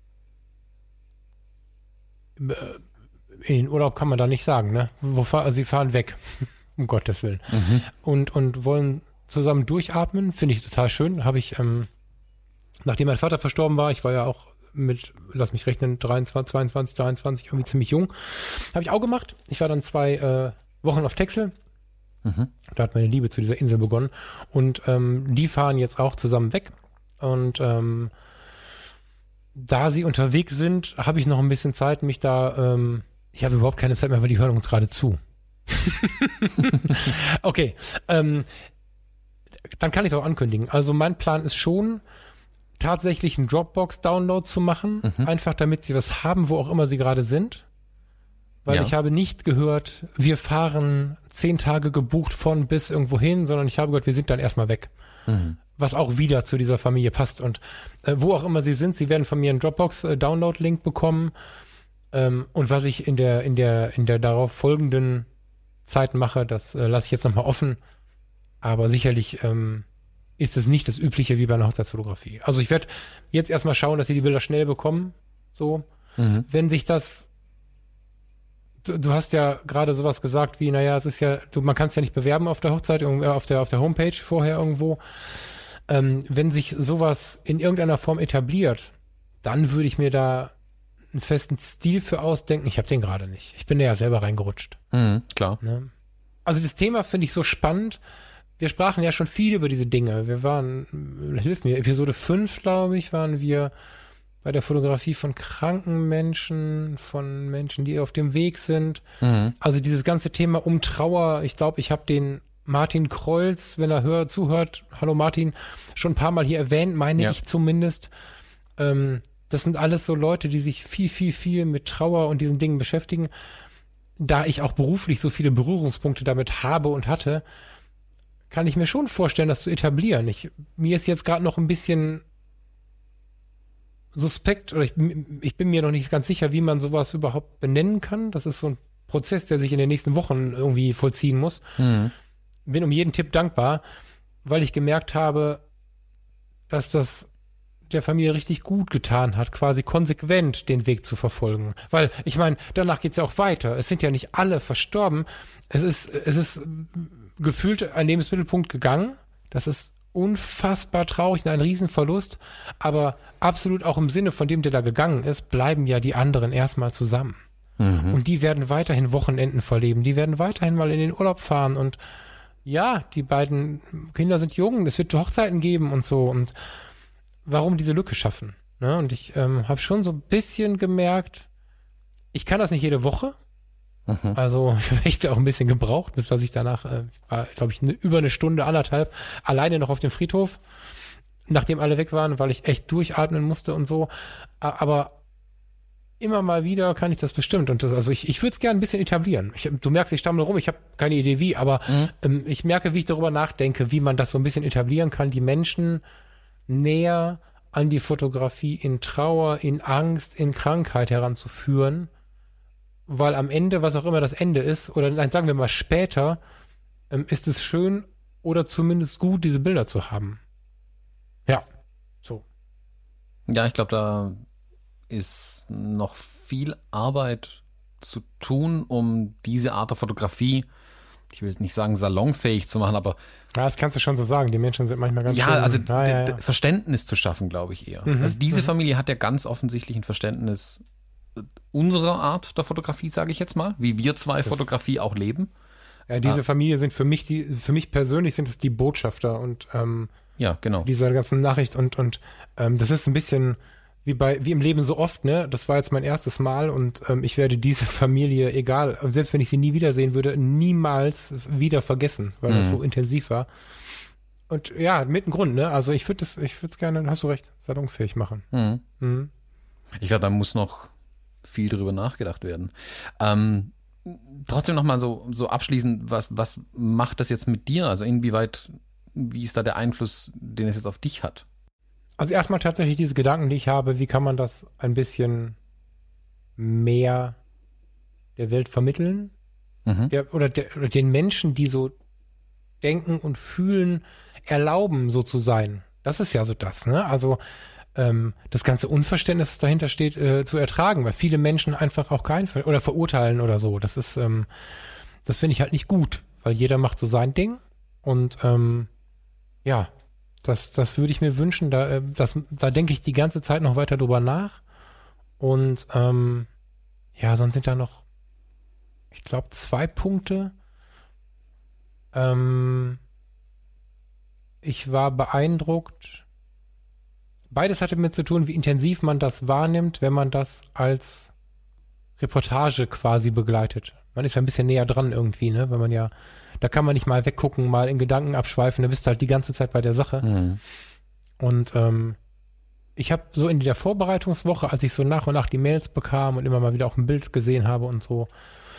In den Urlaub kann man da nicht sagen, ne? Sie fahren weg, um Gottes Willen. Und wollen zusammen durchatmen, finde ich total schön. Habe ich, nachdem mein Vater verstorben war, ich war ja auch mit, lass mich rechnen, 22, 23, irgendwie ziemlich jung, habe ich auch gemacht. Ich war dann 2 Wochen auf Texel. Da hat meine Liebe zu dieser Insel begonnen. Und die fahren jetzt auch zusammen weg. Und da sie unterwegs sind, habe ich noch ein bisschen Zeit, mich da ich habe überhaupt keine Zeit mehr, weil die hören uns gerade zu. Okay, dann kann ich es auch ankündigen. Also mein Plan ist schon, tatsächlich einen Dropbox-Download zu machen, einfach damit sie was haben, wo auch immer sie gerade sind. Weil ich habe nicht gehört, wir fahren 10 Tage gebucht von bis irgendwo hin, sondern ich habe gehört, wir sind dann erstmal weg. Was auch wieder zu dieser Familie passt. Und wo auch immer sie sind, sie werden von mir einen Dropbox-Download-Link bekommen. Und was ich in der darauf folgenden Zeit mache, das lasse ich jetzt nochmal offen. Aber sicherlich ist es nicht das Übliche wie bei einer Hochzeitsfotografie. Also ich werde jetzt erstmal schauen, dass sie die Bilder schnell bekommen. So. Wenn sich das Du hast ja gerade sowas gesagt wie, naja, es ist ja, man kann es ja nicht bewerben auf der Hochzeit, auf der Homepage vorher irgendwo. Wenn sich sowas in irgendeiner Form etabliert, dann würde ich mir da einen festen Stil für ausdenken. Ich habe den gerade nicht. Ich bin da ja selber reingerutscht. Klar. Ne? Also das Thema finde ich so spannend. Wir sprachen ja schon viel über diese Dinge. Wir waren, hilf mir, Episode 5, glaube ich, waren wir bei der Fotografie von kranken Menschen, von Menschen, die auf dem Weg sind. Also dieses ganze Thema um Trauer. Ich glaube, ich habe den Martin Kreuz, wenn er zuhört, hallo Martin, schon ein paar Mal hier erwähnt, meine ich zumindest. Das sind alles so Leute, die sich viel mit Trauer und diesen Dingen beschäftigen. Da ich auch beruflich so viele Berührungspunkte damit habe und hatte, kann ich mir schon vorstellen, das zu etablieren. Mir ist jetzt gerade noch ein bisschen suspekt, oder ich bin mir noch nicht ganz sicher, wie man sowas überhaupt benennen kann. Das ist so ein Prozess, der sich in den nächsten Wochen irgendwie vollziehen muss. Bin um jeden Tipp dankbar, weil ich gemerkt habe, dass das der Familie richtig gut getan hat, quasi konsequent den Weg zu verfolgen. Weil, ich meine, danach geht's ja auch weiter. Es sind ja nicht alle verstorben. Es ist gefühlt ein Lebensmittelpunkt gegangen. Das ist unfassbar traurig und ein Riesenverlust, aber absolut auch im Sinne von dem, der da gegangen ist, bleiben ja die anderen erstmal zusammen. Und die werden weiterhin Wochenenden verleben, die werden weiterhin mal in den Urlaub fahren und ja, die beiden Kinder sind jung, es wird Hochzeiten geben und so und warum diese Lücke schaffen? Ne? Und ich habe schon so ein bisschen gemerkt, ich kann das nicht jede Woche. Also ich habe echt auch ein bisschen gebraucht, bis dass ich danach, war, glaube ich, über eine Stunde, 1,5, alleine noch auf dem Friedhof, nachdem alle weg waren, weil ich echt durchatmen musste und so. Aber immer mal wieder kann ich das bestimmt. Und also ich würde es gerne ein bisschen etablieren. Du merkst, ich stammle rum, ich habe keine Idee wie, aber ich merke, wie ich darüber nachdenke, wie man das so ein bisschen etablieren kann, die Menschen näher an die Fotografie in Trauer, in Angst, in Krankheit heranzuführen. Weil am Ende, was auch immer das Ende ist, oder nein, sagen wir mal später, ist es schön oder zumindest gut, diese Bilder zu haben. Ja, so. Ja, ich glaube, da ist noch viel Arbeit zu tun, um diese Art der Fotografie, ich will jetzt nicht sagen salonfähig zu machen, aber ja, das kannst du schon so sagen. Die Menschen sind manchmal ganz schön. Also Verständnis zu schaffen, glaube ich eher. Also diese Familie hat ja ganz offensichtlich ein Verständnis unserer Art der Fotografie, sage ich jetzt mal, wie wir zwei Fotografie auch leben. Ja, diese Familie sind für mich persönlich sind es die Botschafter und ja, genau. Dieser ganzen Nachricht und das ist ein bisschen wie im Leben so oft, ne? Das war jetzt mein erstes Mal und ich werde diese Familie, egal, selbst wenn ich sie nie wiedersehen würde, niemals wieder vergessen, weil das so intensiv war. Und ja, mit einem Grund, ne? Also ich würde es gerne, hast du recht, salonfähig machen. Ich glaube, da muss noch viel drüber nachgedacht werden. Trotzdem nochmal so abschließend, was macht das jetzt mit dir? Also wie ist da der Einfluss, den es jetzt auf dich hat? Also erstmal tatsächlich diese Gedanken, die ich habe, wie kann man das ein bisschen mehr der Welt vermitteln? Oder den Menschen, die so denken und fühlen, erlauben, so zu sein. Das ist ja so das, ne? Also das ganze Unverständnis, das dahinter steht, zu ertragen, weil viele Menschen einfach auch oder verurteilen oder so. Das ist, das finde ich halt nicht gut, weil jeder macht so sein Ding und ja, das würde ich mir wünschen, da denke ich die ganze Zeit noch weiter drüber nach und ja, sonst sind da noch, ich glaube, 2 Punkte. Ich war beeindruckt. Beides hatte mit zu tun, wie intensiv man das wahrnimmt, wenn man das als Reportage quasi begleitet. Man ist ja ein bisschen näher dran irgendwie, ne? Weil man ja, da kann man nicht mal weggucken, mal in Gedanken abschweifen, da bist du halt die ganze Zeit bei der Sache. Und ich habe so in der Vorbereitungswoche, als ich so nach und nach die Mails bekam und immer mal wieder auch ein Bild gesehen habe und so,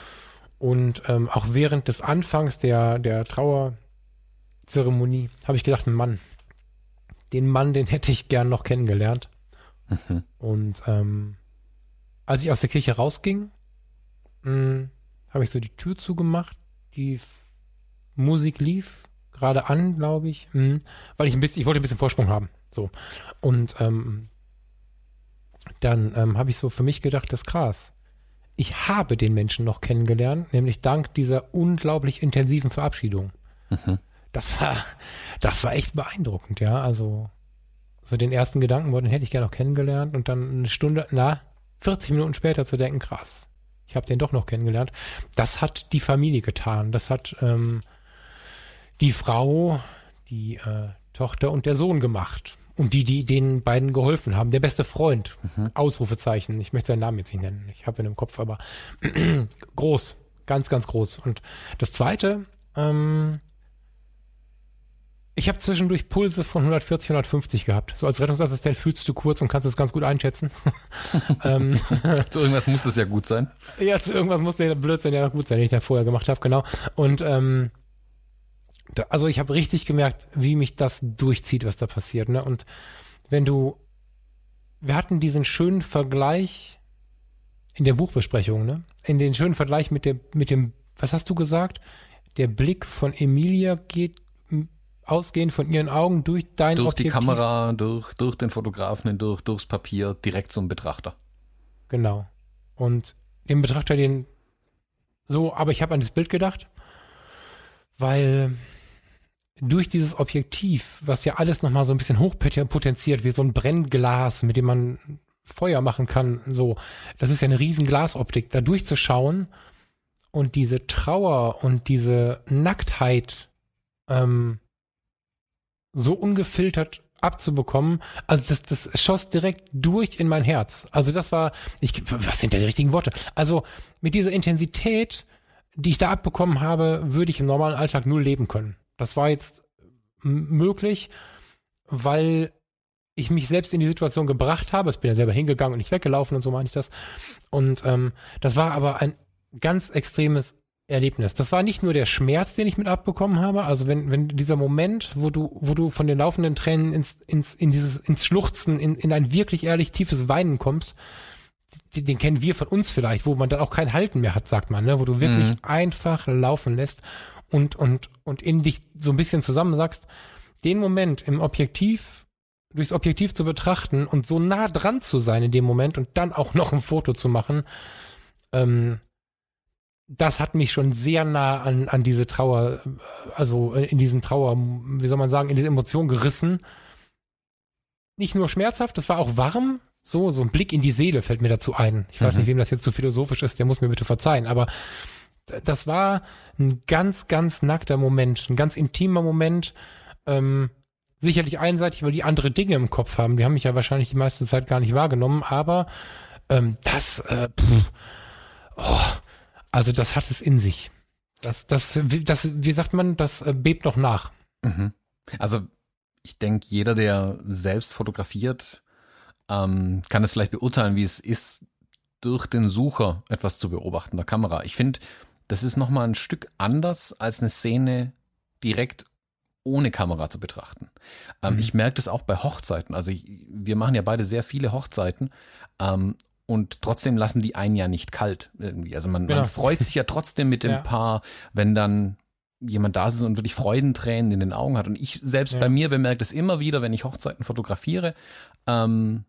Und auch während des Anfangs der Trauerzeremonie habe ich gedacht, Mann, den hätte ich gern noch kennengelernt. Mhm. Und als ich aus der Kirche rausging, habe ich so die Tür zugemacht, die Musik lief gerade an, glaube ich, weil ich wollte ein bisschen Vorsprung haben. So. Und dann habe ich so für mich gedacht, das ist krass. Ich habe den Menschen noch kennengelernt, nämlich dank dieser unglaublich intensiven Verabschiedung. Mhm. Das war echt beeindruckend, ja. Also so den ersten Gedanken, den hätte ich gerne noch kennengelernt und dann 40 Minuten später zu denken, krass, ich habe den doch noch kennengelernt. Das hat die Familie getan. Das hat die Frau, die Tochter und der Sohn gemacht. Und die den beiden geholfen haben. Der beste Freund. Ausrufezeichen. Ich möchte seinen Namen jetzt nicht nennen. Ich habe ihn im Kopf, aber groß. Ganz, ganz groß. Und das Zweite, ich habe zwischendurch Pulse von 140, 150 gehabt. So als Rettungsassistent fühlst du kurz und kannst es ganz gut einschätzen. Zu irgendwas muss das ja gut sein. Ja, zu irgendwas muss der Blödsinn ja noch gut sein, den ich da vorher gemacht habe, genau. Und also ich habe richtig gemerkt, wie mich das durchzieht, was da passiert. Ne? Und wir hatten diesen schönen Vergleich in der Buchbesprechung, ne? In den schönen Vergleich mit dem, was hast du gesagt? Der Blick von Emilia geht ausgehend von ihren Augen durch dein Durch Objektiv. die Kamera, durch den Fotografen hindurch, durchs Papier, direkt zum Betrachter. Genau. Und dem Betrachter aber ich habe an das Bild gedacht, weil durch dieses Objektiv, was ja alles nochmal so ein bisschen hochpotenziert, wie so ein Brennglas, mit dem man Feuer machen kann, so, das ist ja eine riesen Glasoptik, da durchzuschauen und diese Trauer und diese Nacktheit so ungefiltert abzubekommen, also das schoss direkt durch in mein Herz. Also das war, was sind da die richtigen Worte? Also mit dieser Intensität, die ich da abbekommen habe, würde ich im normalen Alltag null leben können. Das war jetzt möglich, weil ich mich selbst in die Situation gebracht habe. Ich bin ja selber hingegangen und nicht weggelaufen und so meine ich das. Und das war aber ein ganz extremes Erlebnis. Das war nicht nur der Schmerz, den ich mit abbekommen habe. Also wenn dieser Moment, wo du von den laufenden Tränen ins Schluchzen, in ein wirklich ehrlich tiefes Weinen kommst, den kennen wir von uns vielleicht, wo man dann auch kein Halten mehr hat, sagt man, ne? Wo du wirklich einfach laufen lässt und in dich so ein bisschen zusammensagst, den Moment durchs Objektiv zu betrachten und so nah dran zu sein in dem Moment und dann auch noch ein Foto zu machen, das hat mich schon sehr nah an diese Trauer, also in diesen Trauer, wie soll man sagen, in diese Emotion gerissen. Nicht nur schmerzhaft, das war auch warm, so ein Blick in die Seele fällt mir dazu ein. Ich weiß nicht, wem das jetzt so philosophisch ist, der muss mir bitte verzeihen, aber das war ein ganz, ganz nackter Moment, ein ganz intimer Moment, sicherlich einseitig, weil die andere Dinge im Kopf haben. Die haben mich ja wahrscheinlich die meiste Zeit gar nicht wahrgenommen, aber also das hat es in sich. Das, wie sagt man, das bebt noch nach. Also ich denke, jeder, der selbst fotografiert, kann es vielleicht beurteilen, wie es ist, durch den Sucher etwas zu beobachten, der Kamera. Ich finde, das ist nochmal ein Stück anders, als eine Szene direkt ohne Kamera zu betrachten. Ich merke das auch bei Hochzeiten. Also wir machen ja beide sehr viele Hochzeiten und trotzdem lassen die einen ja nicht kalt irgendwie. Also man freut sich ja trotzdem mit dem Paar, wenn dann jemand da ist und wirklich Freudentränen in den Augen hat. Und ich selbst bei mir bemerke das immer wieder, wenn ich Hochzeiten fotografiere, dann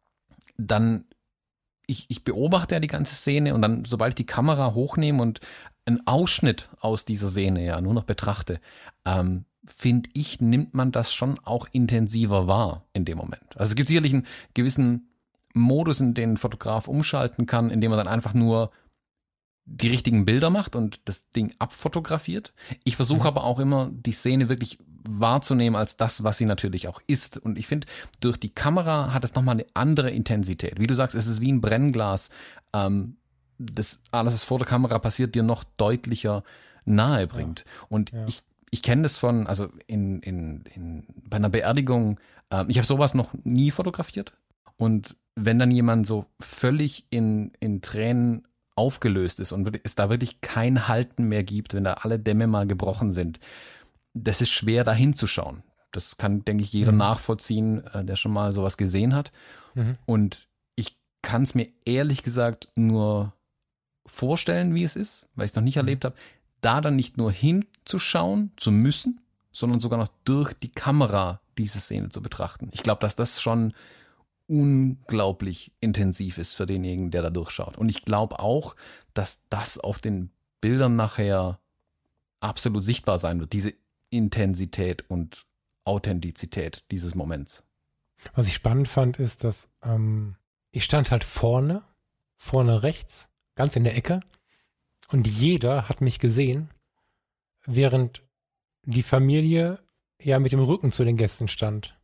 ich beobachte ja die ganze Szene und dann, sobald ich die Kamera hochnehme und einen Ausschnitt aus dieser Szene ja nur noch betrachte, finde ich, nimmt man das schon auch intensiver wahr in dem Moment. Also es gibt sicherlich einen gewissen Modus, in den ein Fotograf umschalten kann, indem er dann einfach nur die richtigen Bilder macht und das Ding abfotografiert. Ich versuche aber auch immer, die Szene wirklich wahrzunehmen als das, was sie natürlich auch ist. Und ich finde, durch die Kamera hat es nochmal eine andere Intensität. Wie du sagst, es ist wie ein Brennglas. Das alles, was vor der Kamera passiert, dir noch deutlicher nahe bringt. Und ich kenne das von, also bei einer Beerdigung, ich habe sowas noch nie fotografiert. Und wenn dann jemand so völlig in Tränen aufgelöst ist und es da wirklich kein Halten mehr gibt, wenn da alle Dämme mal gebrochen sind, das ist schwer da hinzuschauen. Das kann, denke ich, jeder nachvollziehen, der schon mal sowas gesehen hat. Und ich kann es mir ehrlich gesagt nur vorstellen, wie es ist, weil ich es noch nicht erlebt habe, da dann nicht nur hinzuschauen zu müssen, sondern sogar noch durch die Kamera diese Szene zu betrachten. Ich glaube, dass das schon unglaublich intensiv ist für denjenigen, der da durchschaut. Und ich glaube auch, dass das auf den Bildern nachher absolut sichtbar sein wird, diese Intensität und Authentizität dieses Moments. Was ich spannend fand, ist, dass ich stand halt vorne rechts, ganz in der Ecke, und jeder hat mich gesehen, während die Familie ja mit dem Rücken zu den Gästen stand.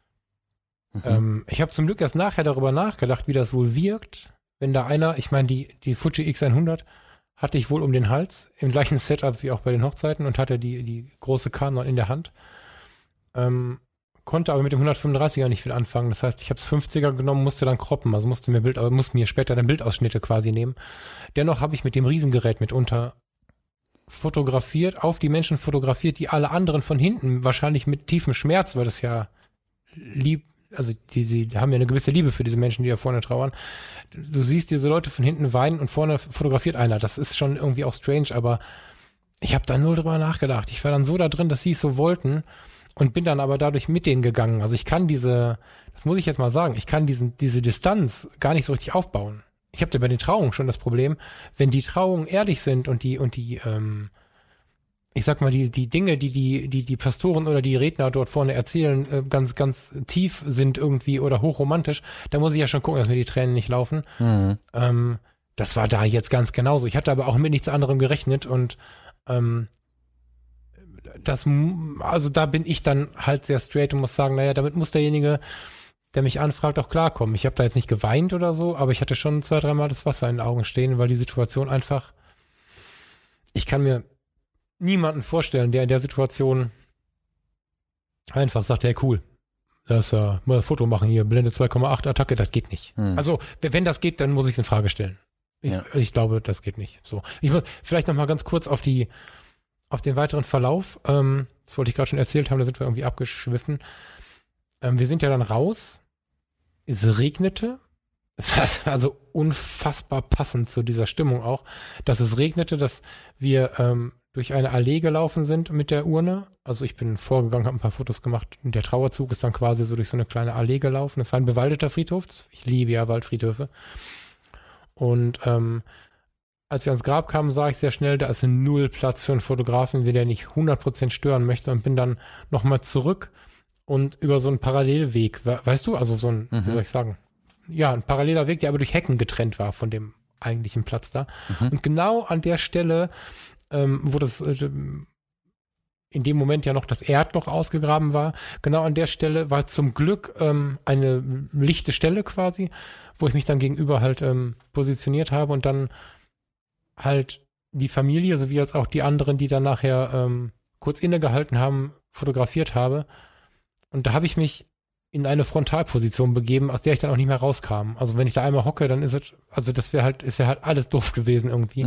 Ich habe zum Glück erst nachher darüber nachgedacht, wie das wohl wirkt, wenn da einer, ich meine, die Fuji X100 hatte ich wohl um den Hals, im gleichen Setup wie auch bei den Hochzeiten, und hatte die große Canon in der Hand. Konnte aber mit dem 135er nicht viel anfangen. Das heißt, ich habe das 50er genommen, musste dann croppen, also musste mir später dann Bildausschnitte quasi nehmen. Dennoch habe ich mit dem Riesengerät mitunter fotografiert, auf die Menschen fotografiert, die alle anderen von hinten wahrscheinlich mit tiefem Schmerz, weil das ja also sie haben ja eine gewisse Liebe für diese Menschen, die da vorne trauern. Du siehst diese Leute von hinten weinen und vorne fotografiert einer. Das ist schon irgendwie auch strange, aber ich habe da null drüber nachgedacht. Ich war dann so da drin, dass sie es so wollten und bin dann aber dadurch mit denen gegangen. Also ich kann das muss ich jetzt mal sagen, ich kann diese Distanz gar nicht so richtig aufbauen. Ich habe ja bei den Trauungen schon das Problem, wenn die Trauungen ehrlich sind und die ich sag mal, die Dinge, die Pastoren oder die Redner dort vorne erzählen, ganz, ganz tief sind irgendwie oder hochromantisch, da muss ich ja schon gucken, dass mir die Tränen nicht laufen. Das war da jetzt ganz genauso. Ich hatte aber auch mit nichts anderem gerechnet und also da bin ich dann halt sehr straight und muss sagen, naja, damit muss derjenige, der mich anfragt, auch klarkommen. Ich habe da jetzt nicht geweint oder so, aber ich hatte schon 2-3 Mal das Wasser in den Augen stehen, weil die Situation einfach, ich kann mir niemanden vorstellen, der in der Situation einfach sagt, hey, cool, das mal ein Foto machen hier, Blende 2,8 Attacke, das geht nicht. Also, wenn das geht, dann muss ich es in Frage stellen. Ich glaube, das geht nicht. So, ich muss vielleicht noch mal ganz kurz auf den weiteren Verlauf, das wollte ich gerade schon erzählt haben, da sind wir irgendwie abgeschwiffen. Wir sind ja dann raus, es regnete, es war also unfassbar passend zu dieser Stimmung auch, dass es regnete, dass wir durch eine Allee gelaufen sind mit der Urne. Also ich bin vorgegangen, habe ein paar Fotos gemacht und der Trauerzug ist dann quasi so durch so eine kleine Allee gelaufen. Das war ein bewaldeter Friedhof. Ich liebe ja Waldfriedhöfe. Und als wir ans Grab kamen, sah ich sehr schnell, da ist null Platz für einen Fotografen, der nicht 100% stören möchte, und bin dann nochmal zurück und über so einen Parallelweg, weißt du, also so ein, wie soll ich sagen, ja, ein paralleler Weg, der aber durch Hecken getrennt war von dem eigentlichen Platz da. Und genau an der Stelle, wo das in dem Moment ja noch das Erdloch ausgegraben war, genau an der Stelle war zum Glück eine lichte Stelle quasi, wo ich mich dann gegenüber halt positioniert habe und dann halt die Familie sowie als auch die anderen, die dann nachher kurz innegehalten haben, fotografiert habe. Und da habe ich mich in eine Frontalposition begeben, aus der ich dann auch nicht mehr rauskam. Also wenn ich da einmal hocke, dann ist es, also es wäre halt alles doof gewesen irgendwie.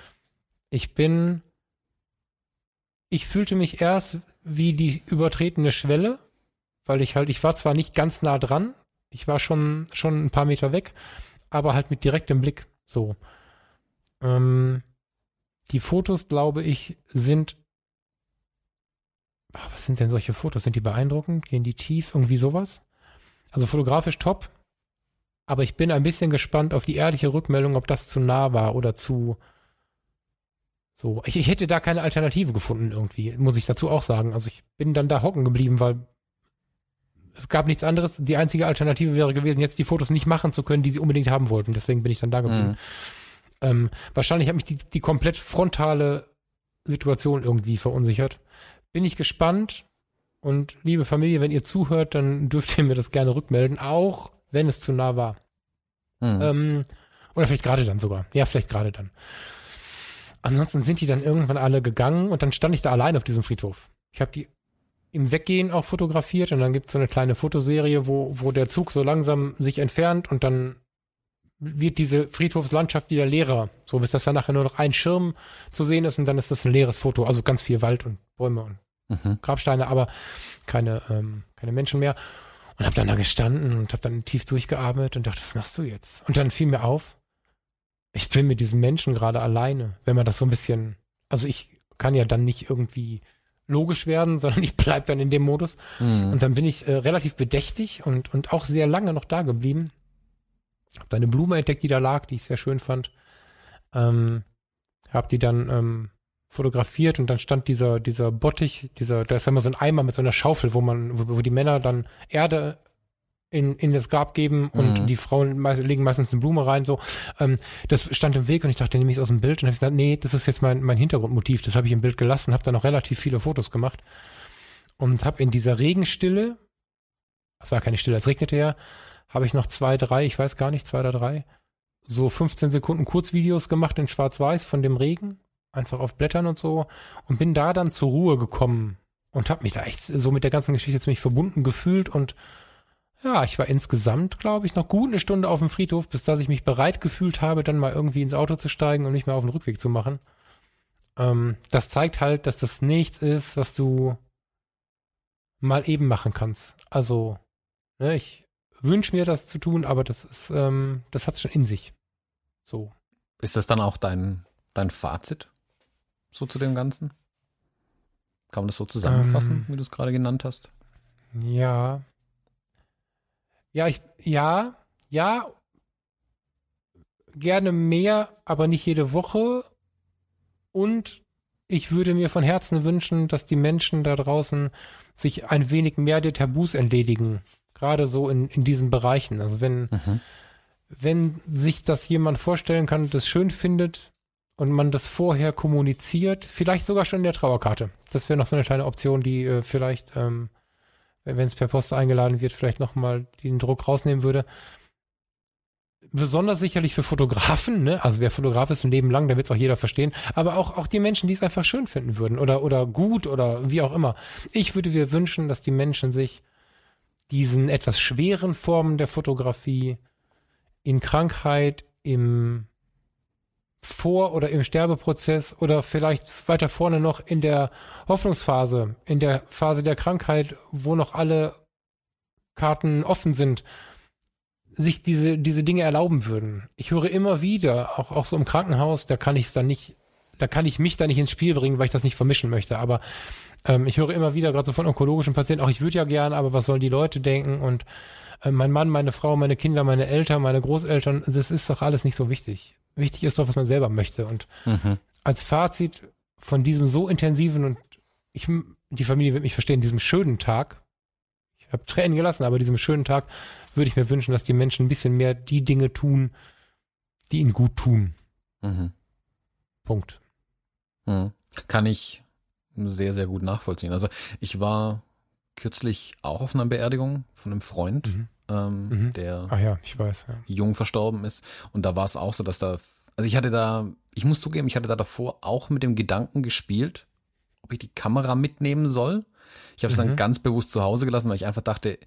Ich fühlte mich erst wie die übertretene Schwelle, weil ich war zwar nicht ganz nah dran, ich war schon ein paar Meter weg, aber halt mit direktem Blick, so. Die Fotos, glaube ich, sind, was sind denn solche Fotos? Sind die beeindruckend? Gehen die tief? Irgendwie sowas? Also fotografisch top, aber ich bin ein bisschen gespannt auf die ehrliche Rückmeldung, ob das zu nah war oder zu so. Ich hätte da keine Alternative gefunden irgendwie, muss ich dazu auch sagen. Also ich bin dann da hocken geblieben, weil es gab nichts anderes. Die einzige Alternative wäre gewesen, jetzt die Fotos nicht machen zu können, die sie unbedingt haben wollten. Deswegen bin ich dann da geblieben. Wahrscheinlich hat mich die komplett frontale Situation irgendwie verunsichert. Bin ich gespannt, und liebe Familie, wenn ihr zuhört, dann dürft ihr mir das gerne rückmelden, auch wenn es zu nah war. Oder vielleicht gerade dann sogar. Ja, vielleicht gerade dann. Ansonsten sind die dann irgendwann alle gegangen und dann stand ich da allein auf diesem Friedhof. Ich habe die im Weggehen auch fotografiert und dann gibt es so eine kleine Fotoserie, wo der Zug so langsam sich entfernt und dann wird diese Friedhofslandschaft wieder leerer. So, bis das dann nachher nur noch ein Schirm zu sehen ist und dann ist das ein leeres Foto. Also ganz viel Wald und Bäume und Grabsteine, aber keine Menschen mehr. Und habe dann da gestanden und habe dann tief durchgeatmet und dachte, was machst du jetzt? Und dann fiel mir auf, ich bin mit diesem Menschen gerade alleine. Wenn man das so ein bisschen, also ich kann ja dann nicht irgendwie logisch werden, sondern ich bleib dann in dem Modus. Und dann bin ich relativ bedächtig und auch sehr lange noch da geblieben. Hab da eine Blume entdeckt, die da lag, die ich sehr schön fand. Hab die dann fotografiert und dann stand dieser Bottich, da ist ja immer so ein Eimer mit so einer Schaufel, wo die Männer dann Erde in das Grab geben und die Frauen legen meistens eine Blume rein, so. Das stand im Weg und ich dachte, nehme ich es aus dem Bild und habe gesagt, nee, das ist jetzt mein Hintergrundmotiv, das habe ich im Bild gelassen, habe dann noch relativ viele Fotos gemacht und habe in dieser Regenstille, es war keine Stille, es regnete ja, habe ich noch 2 oder 3, so 15 Sekunden Kurzvideos gemacht in Schwarz-Weiß von dem Regen, einfach auf Blättern und so und bin da dann zur Ruhe gekommen und habe mich da echt so mit der ganzen Geschichte ziemlich verbunden gefühlt und ja, ich war insgesamt, glaube ich, noch gut eine Stunde auf dem Friedhof, bis dass ich mich bereit gefühlt habe, dann mal irgendwie ins Auto zu steigen und nicht mehr auf den Rückweg zu machen. Das zeigt halt, dass das nichts ist, was du mal eben machen kannst. Also, ne, ich wünsche mir das zu tun, aber das ist, das hat's schon in sich. So. Ist das dann auch dein Fazit so zu dem Ganzen? Kann man das so zusammenfassen, wie du es gerade genannt hast? Ja. Ja, gerne mehr, aber nicht jede Woche. Und ich würde mir von Herzen wünschen, dass die Menschen da draußen sich ein wenig mehr der Tabus entledigen. Gerade so in diesen Bereichen. Also wenn sich das jemand vorstellen kann und das schön findet und man das vorher kommuniziert, vielleicht sogar schon in der Trauerkarte. Das wäre noch so eine kleine Option, die vielleicht wenn es per Post eingeladen wird, vielleicht nochmal den Druck rausnehmen würde. Besonders sicherlich für Fotografen, ne? Also wer Fotograf ist ein Leben lang, da wird es auch jeder verstehen. Aber auch die Menschen, die es einfach schön finden würden oder gut oder wie auch immer. Ich würde mir wünschen, dass die Menschen sich diesen etwas schweren Formen der Fotografie in Krankheit, im Vor- oder im Sterbeprozess oder vielleicht weiter vorne noch in der Hoffnungsphase, in der Phase der Krankheit, wo noch alle Karten offen sind, sich diese Dinge erlauben würden. Ich höre immer wieder, auch so im Krankenhaus, da kann ich mich da nicht ins Spiel bringen, weil ich das nicht vermischen möchte, aber ich höre immer wieder, gerade so von onkologischen Patienten, auch ich würde ja gern, aber was sollen die Leute denken und mein Mann, meine Frau, meine Kinder, meine Eltern, meine Großeltern, das ist doch alles nicht so wichtig. Wichtig ist doch, was man selber möchte. Und als Fazit von diesem so intensiven und die Familie wird mich verstehen, diesem schönen Tag, ich habe Tränen gelassen, aber diesem schönen Tag würde ich mir wünschen, dass die Menschen ein bisschen mehr die Dinge tun, die ihnen gut tun. Punkt. Kann ich sehr, sehr gut nachvollziehen. Also ich war kürzlich auch auf einer Beerdigung von einem Freund, der ich weiß, jung verstorben ist. Und da war es auch so, dass ich muss zugeben, ich hatte da davor auch mit dem Gedanken gespielt, ob ich die Kamera mitnehmen soll. Ich habe es dann ganz bewusst zu Hause gelassen, weil ich einfach dachte,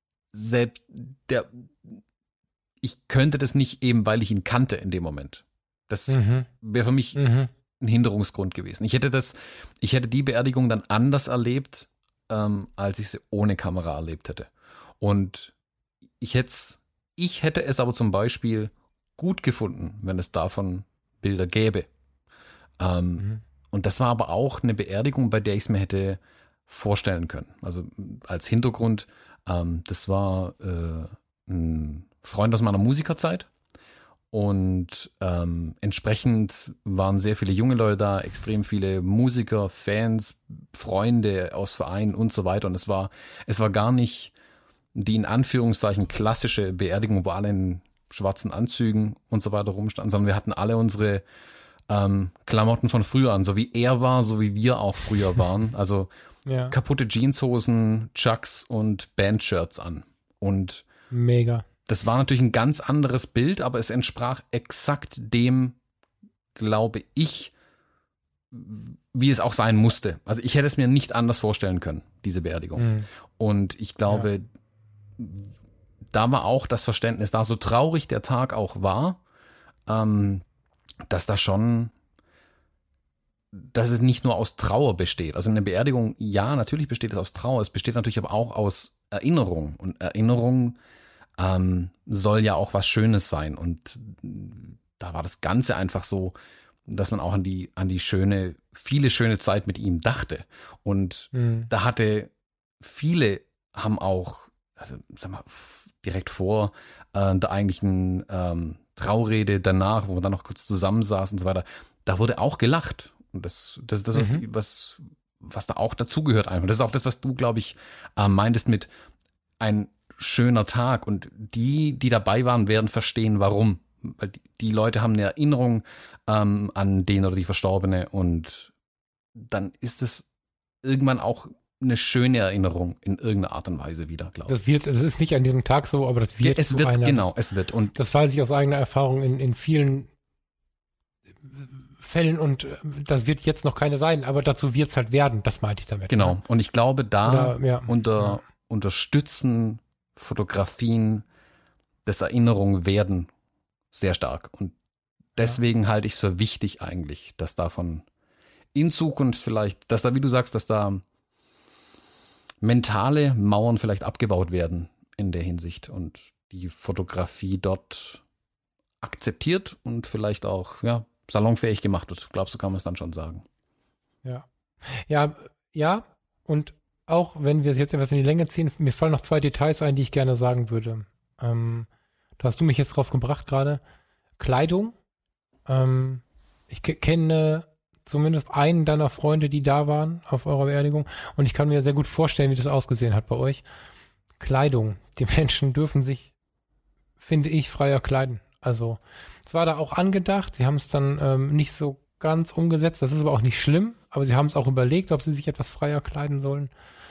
ich könnte das nicht eben, weil ich ihn kannte in dem Moment. Das wäre für mich ein Hinderungsgrund gewesen. Ich hätte die Beerdigung dann anders erlebt, als ich sie ohne Kamera erlebt hätte. Und ich hätte es aber zum Beispiel gut gefunden, wenn es davon Bilder gäbe. Und das war aber auch eine Beerdigung, bei der ich es mir hätte vorstellen können. Also als Hintergrund, das war ein Freund aus meiner Musikerzeit und entsprechend waren sehr viele junge Leute da, extrem viele Musiker, Fans, Freunde aus Vereinen und so weiter. Und es war gar nicht die in Anführungszeichen klassische Beerdigung, wo alle in schwarzen Anzügen und so weiter rumstanden, sondern wir hatten alle unsere Klamotten von früher an, so wie er war, so wie wir auch früher waren. Also kaputte Jeanshosen, Chucks und Bandshirts an. Und mega. Das war natürlich ein ganz anderes Bild, aber es entsprach exakt dem, glaube ich, wie es auch sein musste. Also ich hätte es mir nicht anders vorstellen können, diese Beerdigung. Und ich glaube, da war auch das Verständnis da, so traurig der Tag auch war, dass da schon, dass es nicht nur aus Trauer besteht. Also eine Beerdigung, ja, natürlich besteht es aus Trauer, es besteht natürlich aber auch aus Erinnerung. Und Erinnerung soll ja auch was Schönes sein. Und da war das Ganze einfach so, dass man auch an die viele schöne Zeit mit ihm dachte. Und da hatte viele haben auch, also sag mal, direkt vor der eigentlichen Traurede danach, wo man dann noch kurz zusammensaß und so weiter, da wurde auch gelacht. Und das was da auch dazugehört einfach. Das ist auch das, was du, glaube ich, meintest mit ein schöner Tag. Und die dabei waren, werden verstehen, warum. Weil die Leute haben eine Erinnerung an den oder die Verstorbene und dann ist es irgendwann auch eine schöne Erinnerung in irgendeiner Art und Weise wieder, glaube ich. Es ist nicht an diesem Tag so, aber das wird es wird, genau, es wird. Und das weiß ich aus eigener Erfahrung in vielen Fällen und das wird jetzt noch keine sein, aber dazu wird es halt werden, das meinte ich damit. Genau, ne? und ich glaube, unterstützen Fotografien des Erinnerungen werden sehr stark und deswegen halte ich es für wichtig eigentlich, dass davon in Zukunft vielleicht, dass da, wie du sagst, dass da mentale Mauern vielleicht abgebaut werden in der Hinsicht und die Fotografie dort akzeptiert und vielleicht auch, salonfähig gemacht wird. Glaubst du, kann man es dann schon sagen? Ja, und auch wenn wir es jetzt etwas in die Länge ziehen, mir fallen noch 2 Details ein, die ich gerne sagen würde. Da hast du mich jetzt drauf gebracht gerade. Kleidung. Ich kenne zumindest einen deiner Freunde, die da waren auf eurer Beerdigung und ich kann mir sehr gut vorstellen, wie das ausgesehen hat bei euch. Kleidung. Die Menschen dürfen sich, finde ich, freier kleiden. Also es war da auch angedacht, sie haben es dann nicht so ganz umgesetzt, das ist aber auch nicht schlimm, aber sie haben es auch überlegt, ob sie sich etwas freier kleiden sollen.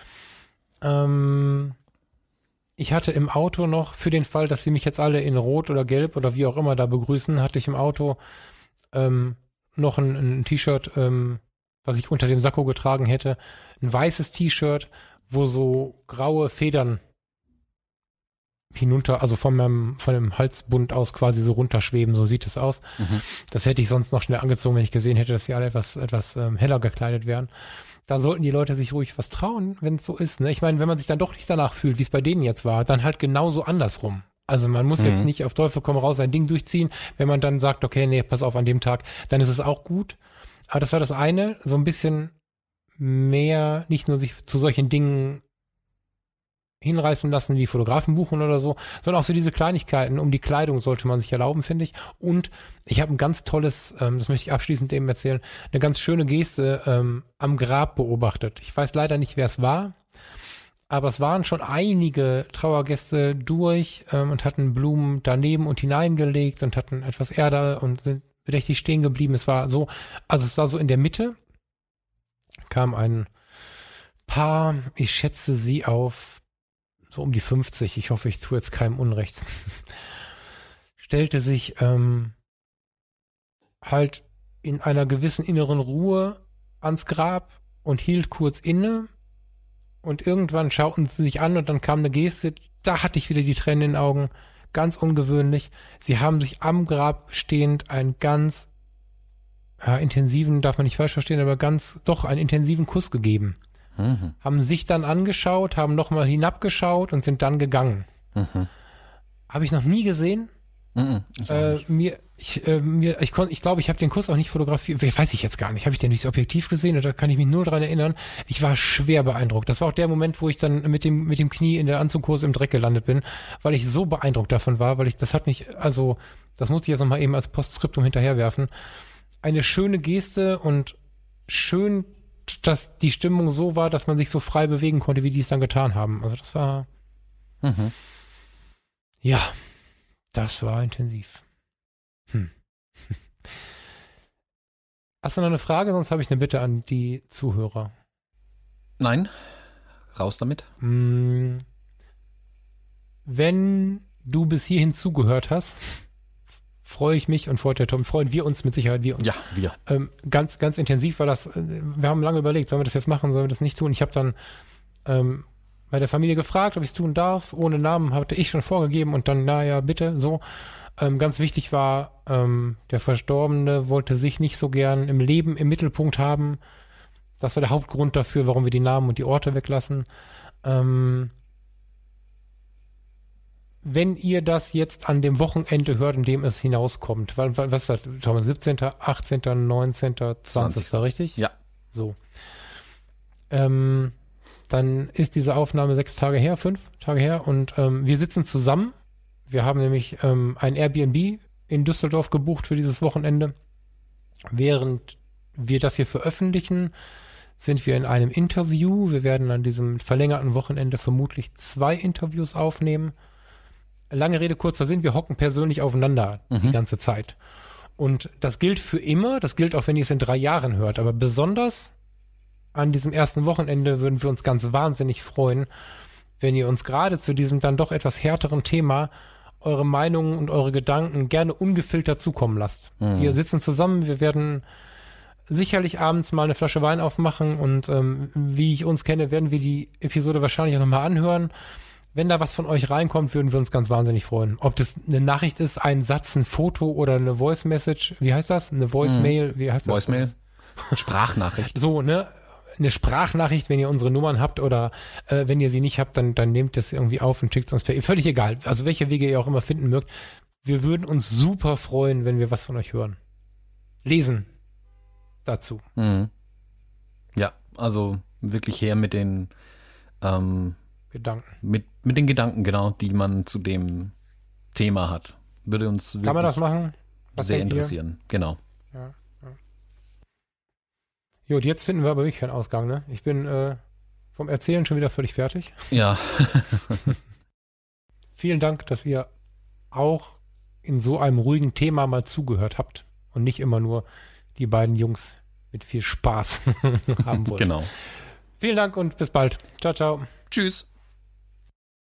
Ich hatte im Auto noch, für den Fall, dass sie mich jetzt alle in Rot oder Gelb oder wie auch immer da begrüßen, hatte ich im Auto noch ein T-Shirt, was ich unter dem Sakko getragen hätte. Ein weißes T-Shirt, wo so graue Federn hinunter, also von dem Halsbund aus quasi so runterschweben, so sieht es aus. Das hätte ich sonst noch schnell angezogen, wenn ich gesehen hätte, dass sie alle etwas heller gekleidet wären. Da sollten die Leute sich ruhig was trauen, wenn es so ist. Ne? Ich meine, wenn man sich dann doch nicht danach fühlt, wie es bei denen jetzt war, dann halt genauso andersrum. Also man muss jetzt nicht auf Teufel komm raus sein Ding durchziehen. Wenn man dann sagt, okay, nee, pass auf, an dem Tag, dann ist es auch gut. Aber das war das eine, so ein bisschen mehr, nicht nur sich zu solchen Dingen hinreißen lassen, wie Fotografen buchen oder so, sondern auch so diese Kleinigkeiten um die Kleidung sollte man sich erlauben, finde ich. Und ich habe ein ganz tolles, das möchte ich abschließend eben erzählen, eine ganz schöne Geste am Grab beobachtet. Ich weiß leider nicht, wer es war, aber es waren schon einige Trauergäste durch und hatten Blumen daneben und hineingelegt und hatten etwas Erde und sind bedächtig stehen geblieben. Es war so in der Mitte, kam ein Paar, ich schätze sie auf so um die 50, ich hoffe, ich tue jetzt keinem Unrecht, stellte sich halt in einer gewissen inneren Ruhe ans Grab und hielt kurz inne und irgendwann schauten sie sich an und dann kam eine Geste, da hatte ich wieder die Tränen in den Augen, ganz ungewöhnlich. Sie haben sich am Grab stehend einen ganz intensiven, darf man nicht falsch verstehen, aber einen intensiven Kuss gegeben. Haben sich dann angeschaut, haben nochmal hinabgeschaut und sind dann gegangen. Habe ich noch nie gesehen. Ich glaube, ich habe den Kuss auch nicht fotografiert. Weiß ich jetzt gar nicht. Habe ich den durchs Objektiv gesehen oder kann ich mich nur daran erinnern? Ich war schwer beeindruckt. Das war auch der Moment, wo ich dann mit dem Knie in der Anzughose im Dreck gelandet bin, weil ich so beeindruckt davon war, das musste ich jetzt nochmal eben als Postskriptum hinterherwerfen. Eine schöne Geste und schön, dass die Stimmung so war, dass man sich so frei bewegen konnte, wie die es dann getan haben. Also das war ja, das war intensiv. Hast du noch eine Frage? Sonst habe ich eine Bitte an die Zuhörer. Nein, raus damit. Wenn du bis hierhin zugehört hast, freue ich mich und freuen wir uns mit Sicherheit, wir uns. Ja, wir. Ganz, ganz intensiv, weil wir haben lange überlegt, sollen wir das jetzt machen, sollen wir das nicht tun? Ich habe dann bei der Familie gefragt, ob ich es tun darf. Ohne Namen hatte ich schon vorgegeben und dann, naja, bitte, so. Ganz wichtig war, der Verstorbene wollte sich nicht so gern im Leben im Mittelpunkt haben. Das war der Hauptgrund dafür, warum wir die Namen und die Orte weglassen. Wenn ihr das jetzt an dem Wochenende hört, in dem es hinauskommt, was ist das, Thomas, 17., 18., 19., 20., richtig? Ja. So. Dann ist diese Aufnahme 5 Tage her und wir sitzen zusammen. Wir haben nämlich ein Airbnb in Düsseldorf gebucht für dieses Wochenende. Während wir das hier veröffentlichen, sind wir in einem Interview. Wir werden an diesem verlängerten Wochenende vermutlich 2 Interviews aufnehmen. Lange Rede, kurzer Sinn, wir hocken persönlich aufeinander die ganze Zeit. Und das gilt für immer, das gilt auch, wenn ihr es in 3 Jahren hört, aber besonders an diesem ersten Wochenende würden wir uns ganz wahnsinnig freuen, wenn ihr uns gerade zu diesem dann doch etwas härteren Thema eure Meinungen und eure Gedanken gerne ungefiltert zukommen lasst. Wir sitzen zusammen, wir werden sicherlich abends mal eine Flasche Wein aufmachen und wie ich uns kenne, werden wir die Episode wahrscheinlich auch nochmal anhören. Wenn da was von euch reinkommt, würden wir uns ganz wahnsinnig freuen. Ob das eine Nachricht ist, ein Satz, ein Foto oder eine Voice Message, wie heißt das? Eine Voicemail, wie heißt das? Voicemail, Sprachnachricht. So, ne? Eine Sprachnachricht, wenn ihr unsere Nummern habt oder wenn ihr sie nicht habt, dann nehmt das irgendwie auf und schickt es uns per völlig egal. Also welche Wege ihr auch immer finden mögt. Wir würden uns super freuen, wenn wir was von euch hören. Lesen dazu. Ja, also wirklich her mit den Gedanken. Mit den Gedanken, genau, die man zu dem Thema hat. Würde uns wirklich Kann man das machen? Was sehr denkt ihr? interessieren. Genau. Ja. Gut, jetzt finden wir aber wirklich keinen Ausgang, ne? Ich bin vom Erzählen schon wieder völlig fertig. Ja. Vielen Dank, dass ihr auch in so einem ruhigen Thema mal zugehört habt und nicht immer nur die beiden Jungs mit viel Spaß haben wollt. Genau. Vielen Dank und bis bald. Ciao, ciao. Tschüss.